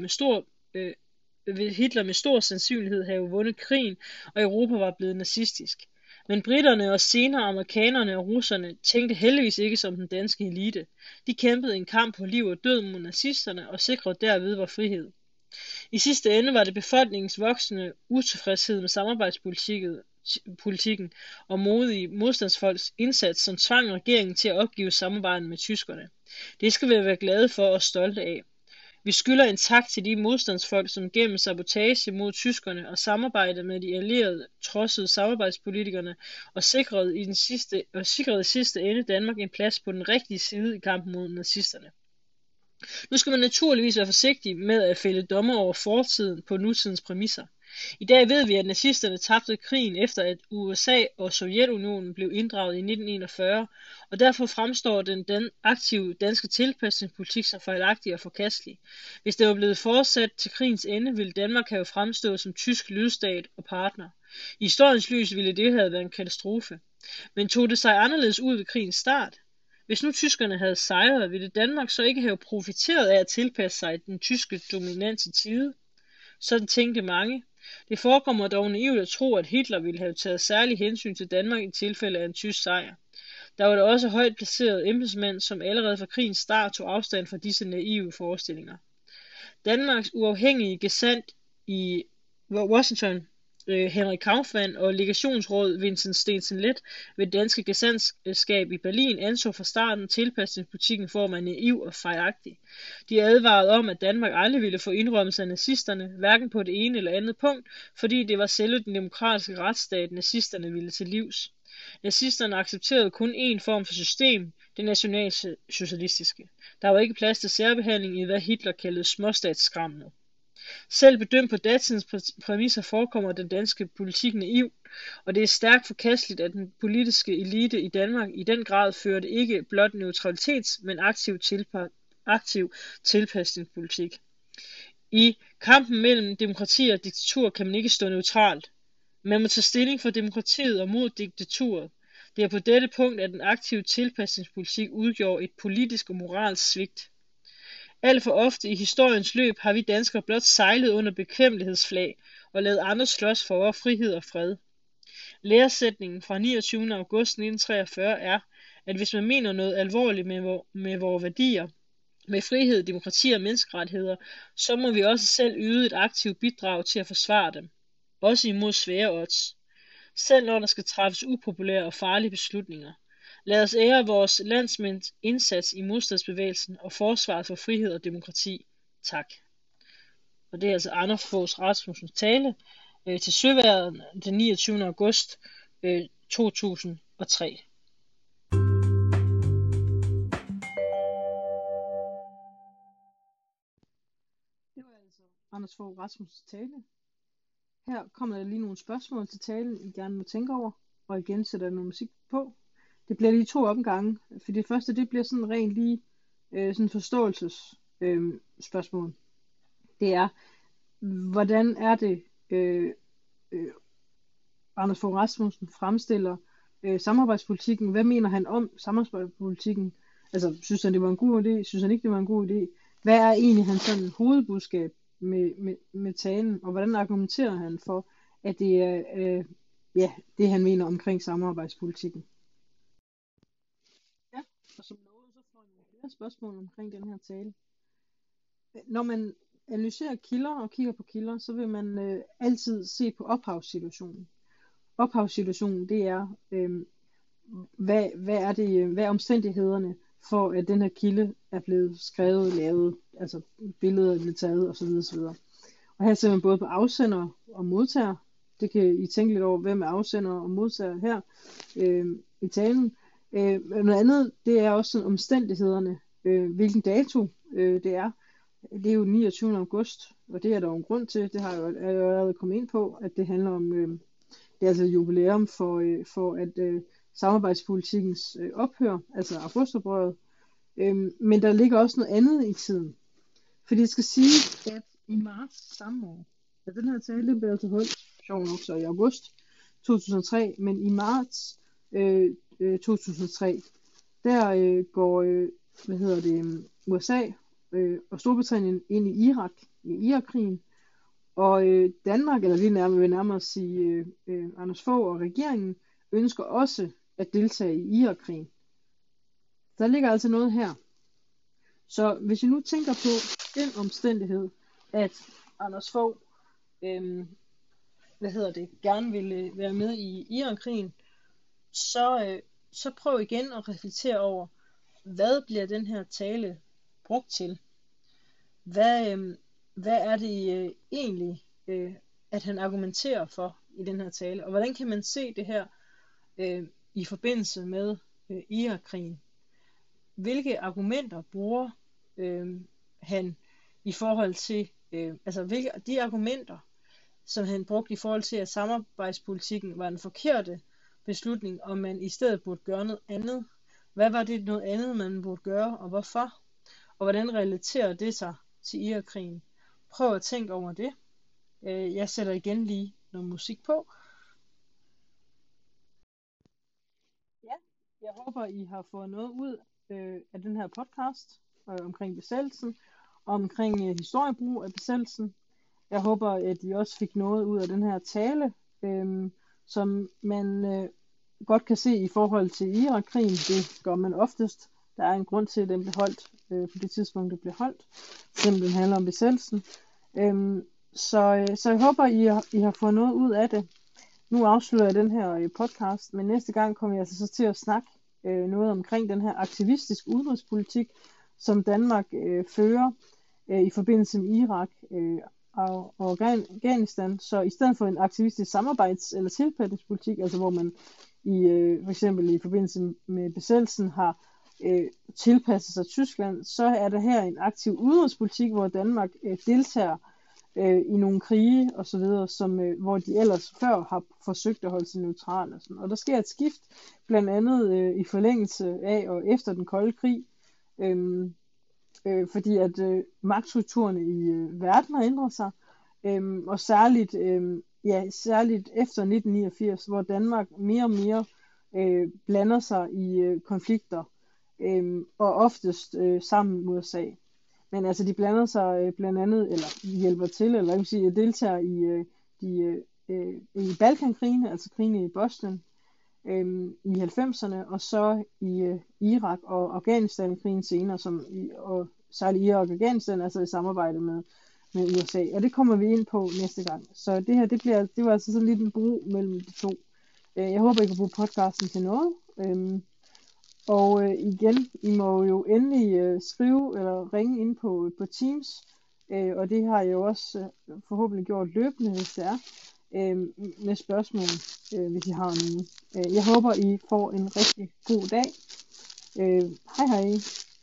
med stor sandsynlighed have vundet krigen, og Europa var blevet nazistisk. Men briterne og senere amerikanerne og russerne tænkte heldigvis ikke som den danske elite. De kæmpede en kamp på liv og død mod nazisterne og sikrede derved vor frihed. I sidste ende var det befolkningens voksende utilfredshed med samarbejdspolitikken og modige modstandsfolks indsats, som tvang regeringen til at opgive samarbejdet med tyskerne. Det skal vi være glade for og stolte af. Vi skylder en tak til de modstandsfolk, som gennem sabotage mod tyskerne og samarbejde med de allierede trodsede samarbejdspolitikerne og sikrede i sidste ende Danmark en plads på den rigtige side i kampen mod nazisterne. Nu skal man naturligvis være forsigtig med at fælde domme over fortiden på nutidens præmisser. I dag ved vi, at nazisterne tabte krigen efter at USA og Sovjetunionen blev inddraget i 1941, og derfor fremstår den aktive danske tilpasningspolitik som fejlagtig og forkastelig. Hvis det var blevet fortsat til krigens ende, ville Danmark have fremstået som tysk lydstat og partner. I historiens lys ville det have været en katastrofe. Men tog det sig anderledes ud ved krigens start? Hvis nu tyskerne havde sejret, ville Danmark så ikke have profiteret af at tilpasse sig den tyske dominans i tide? Sådan tænkte mange. Det forekommer dog naivt at tro, at Hitler ville have taget særlig hensyn til Danmark i tilfælde af en tysk sejr. Der var da også højt placerede embedsmænd, som allerede fra krigens start tog afstand fra disse naive forestillinger. Danmarks uafhængige gesandt i Washington, Henrik Kaufmann og legationsråd Vincent Steensen Leth ved det danske gesandtskab i Berlin anså fra starten tilpasningspolitikken form af naiv og fejlagtig. De advarede om, at Danmark aldrig ville få indrømmelse af nazisterne, hverken på det ene eller andet punkt, fordi det var selve den demokratiske retsstat, nazisterne ville til livs. Nazisterne accepterede kun én form for system, det nationalsocialistiske. Der var ikke plads til særbehandling i hvad Hitler kaldede småstatsskrammet. Selv bedømt på datidens præmisser forekommer den danske politik naiv, og det er stærkt forkasteligt, at den politiske elite i Danmark i den grad førte ikke blot neutralitets, men aktiv tilpasningspolitik. I kampen mellem demokrati og diktatur kan man ikke stå neutralt. Man må tage stilling for demokratiet og mod diktaturet. Det er på dette punkt, at den aktive tilpasningspolitik udgjorde et politisk og moralsk svigt. Alt for ofte i historiens løb har vi danskere blot sejlet under bekvemmelighedsflag og ladet andre slås for vores frihed og fred. Læresætningen fra 29. august 1943 er, at hvis man mener noget alvorligt med vores værdier, med frihed, demokrati og menneskerettigheder, så må vi også selv yde et aktivt bidrag til at forsvare dem, også imod svære odds. Selv når der skal træffes upopulære og farlige beslutninger. Lad os ære vores landsmænds indsats i modstandsbevægelsen og forsvaret for frihed og demokrati. Tak. Og det er altså Anders Fogh Rasmussens tale til Søværnet den 29. august 2003.
Det var altså Anders Fogh Rasmussens tale. Her kommer der lige nogle spørgsmål til talen, I gerne må tænke over, og igen sætter jeg noget musik på. Det bliver lige 2 omgange, for det første det bliver sådan rent lige sådan forståelses spørgsmål. Det er, hvordan er det Anders Fogh Rasmussen fremstiller samarbejdspolitikken? Hvad mener han om samarbejdspolitikken? Altså, synes han det var en god idé? Synes han ikke det var en god idé? Hvad er egentlig hans sådan hovedbudskab med talen? Og hvordan argumenterer han for, at det er det han mener omkring samarbejdspolitikken? Ja, og som lovet, så får jeg flere spørgsmål omkring den her tale. Når man analyserer kilder og kigger på kilder, så vil man altid se på ophavssituationen. Ophavssituationen, det er, hvad er omstændighederne for, at den her kilde er blevet skrevet, lavet, altså billeder er blevet taget osv. osv. Og her ser man både på afsender og modtager. Det kan I tænke lidt over, hvem er afsender og modtager her i talen. Noget andet, det er også sådan omstændighederne, hvilken dato det er. Det er jo 29. august, og det er der jo en grund til. Det har jeg jo allerede kommet ind på, at det handler om, det er altså et jubilæum for at samarbejdspolitikkens ophør, altså augustoprøret. Men der ligger også noget andet i tiden. Fordi jeg skal sige, at i marts samme år, at den her tale blev altså holdt, sjovt nok så i august 2003, men i marts 2003, der går USA og Storbritannien ind i Irak, i Irakkrigen, og Danmark, eller vi vil nærmere sige Anders Fogh og regeringen,
ønsker også at deltage i Irakkrigen. Der ligger altså noget her. Så hvis I nu tænker på den omstændighed, at Anders Fogh gerne ville være med i Irakkrigen, så prøv igen at reflektere over, hvad bliver den her tale brugt til? Hvad er det egentlig, at han argumenterer for i den her tale? Og hvordan kan man se det her i forbindelse med Irakkrigen? Hvilke argumenter bruger han i forhold til, hvilke de argumenter, som han brugte i forhold til, at samarbejdspolitikken var en forkerte beslutning, og man i stedet burde gøre noget andet. Hvad var det noget andet, man burde gøre, og hvorfor? Og hvordan relaterer det sig til Irakkrigen? Prøv at tænke over det. Jeg sætter igen lige noget musik på. Ja, jeg håber, I har fået noget ud af den her podcast omkring besættelsen, og omkring historiebrug af besættelsen. Jeg håber, at I også fik noget ud af den her tale, som man godt kan se i forhold til Irakkrigen. Det gør man oftest. Der er en grund til, at den blev holdt på det tidspunkt, det blev holdt, selvom den handler om besættelsen. Så jeg håber, I har fået noget ud af det. Nu afslutter jeg den her podcast, men næste gang kommer jeg altså så til at snakke noget omkring den her aktivistiske udenrigspolitik, som Danmark fører i forbindelse med Irak og Afghanistan. Så i stedet for en aktivistisk samarbejds- eller tilpasningspolitik, altså hvor man for eksempel i forbindelse med besættelsen har tilpasset sig Tyskland, så er der her en aktiv udenrigspolitik, hvor Danmark deltager i nogle krige og så videre, hvor de ellers før har forsøgt at holde sig neutrale. Og der sker et skift, blandt andet i forlængelse af og efter den kolde krig, fordi at magtstrukturerne i verden har ændret sig, og særligt efter 1989, hvor Danmark mere og mere blander sig i konflikter, og oftest sammen med USA. Men altså de blander sig blandt andet, eller hjælper til, eller jeg vil sige, deltager i Balkankrigene, altså krigene i Bosnien i 90'erne, og så i Irak og Afghanistan-krigen senere, og særligt Irak og Afghanistan, altså i samarbejde med USA. Og det kommer vi ind på næste gang. Så det her, det var altså sådan lidt en bro mellem de to. Jeg håber, I kan bruge podcasten til noget. Og igen, I må jo endelig skrive eller ringe ind på Teams, og det har jeg jo også forhåbentlig gjort løbende, hvis det er, med spørgsmål, hvis I har nogen. Jeg håber, I får en rigtig god dag. Hej hej.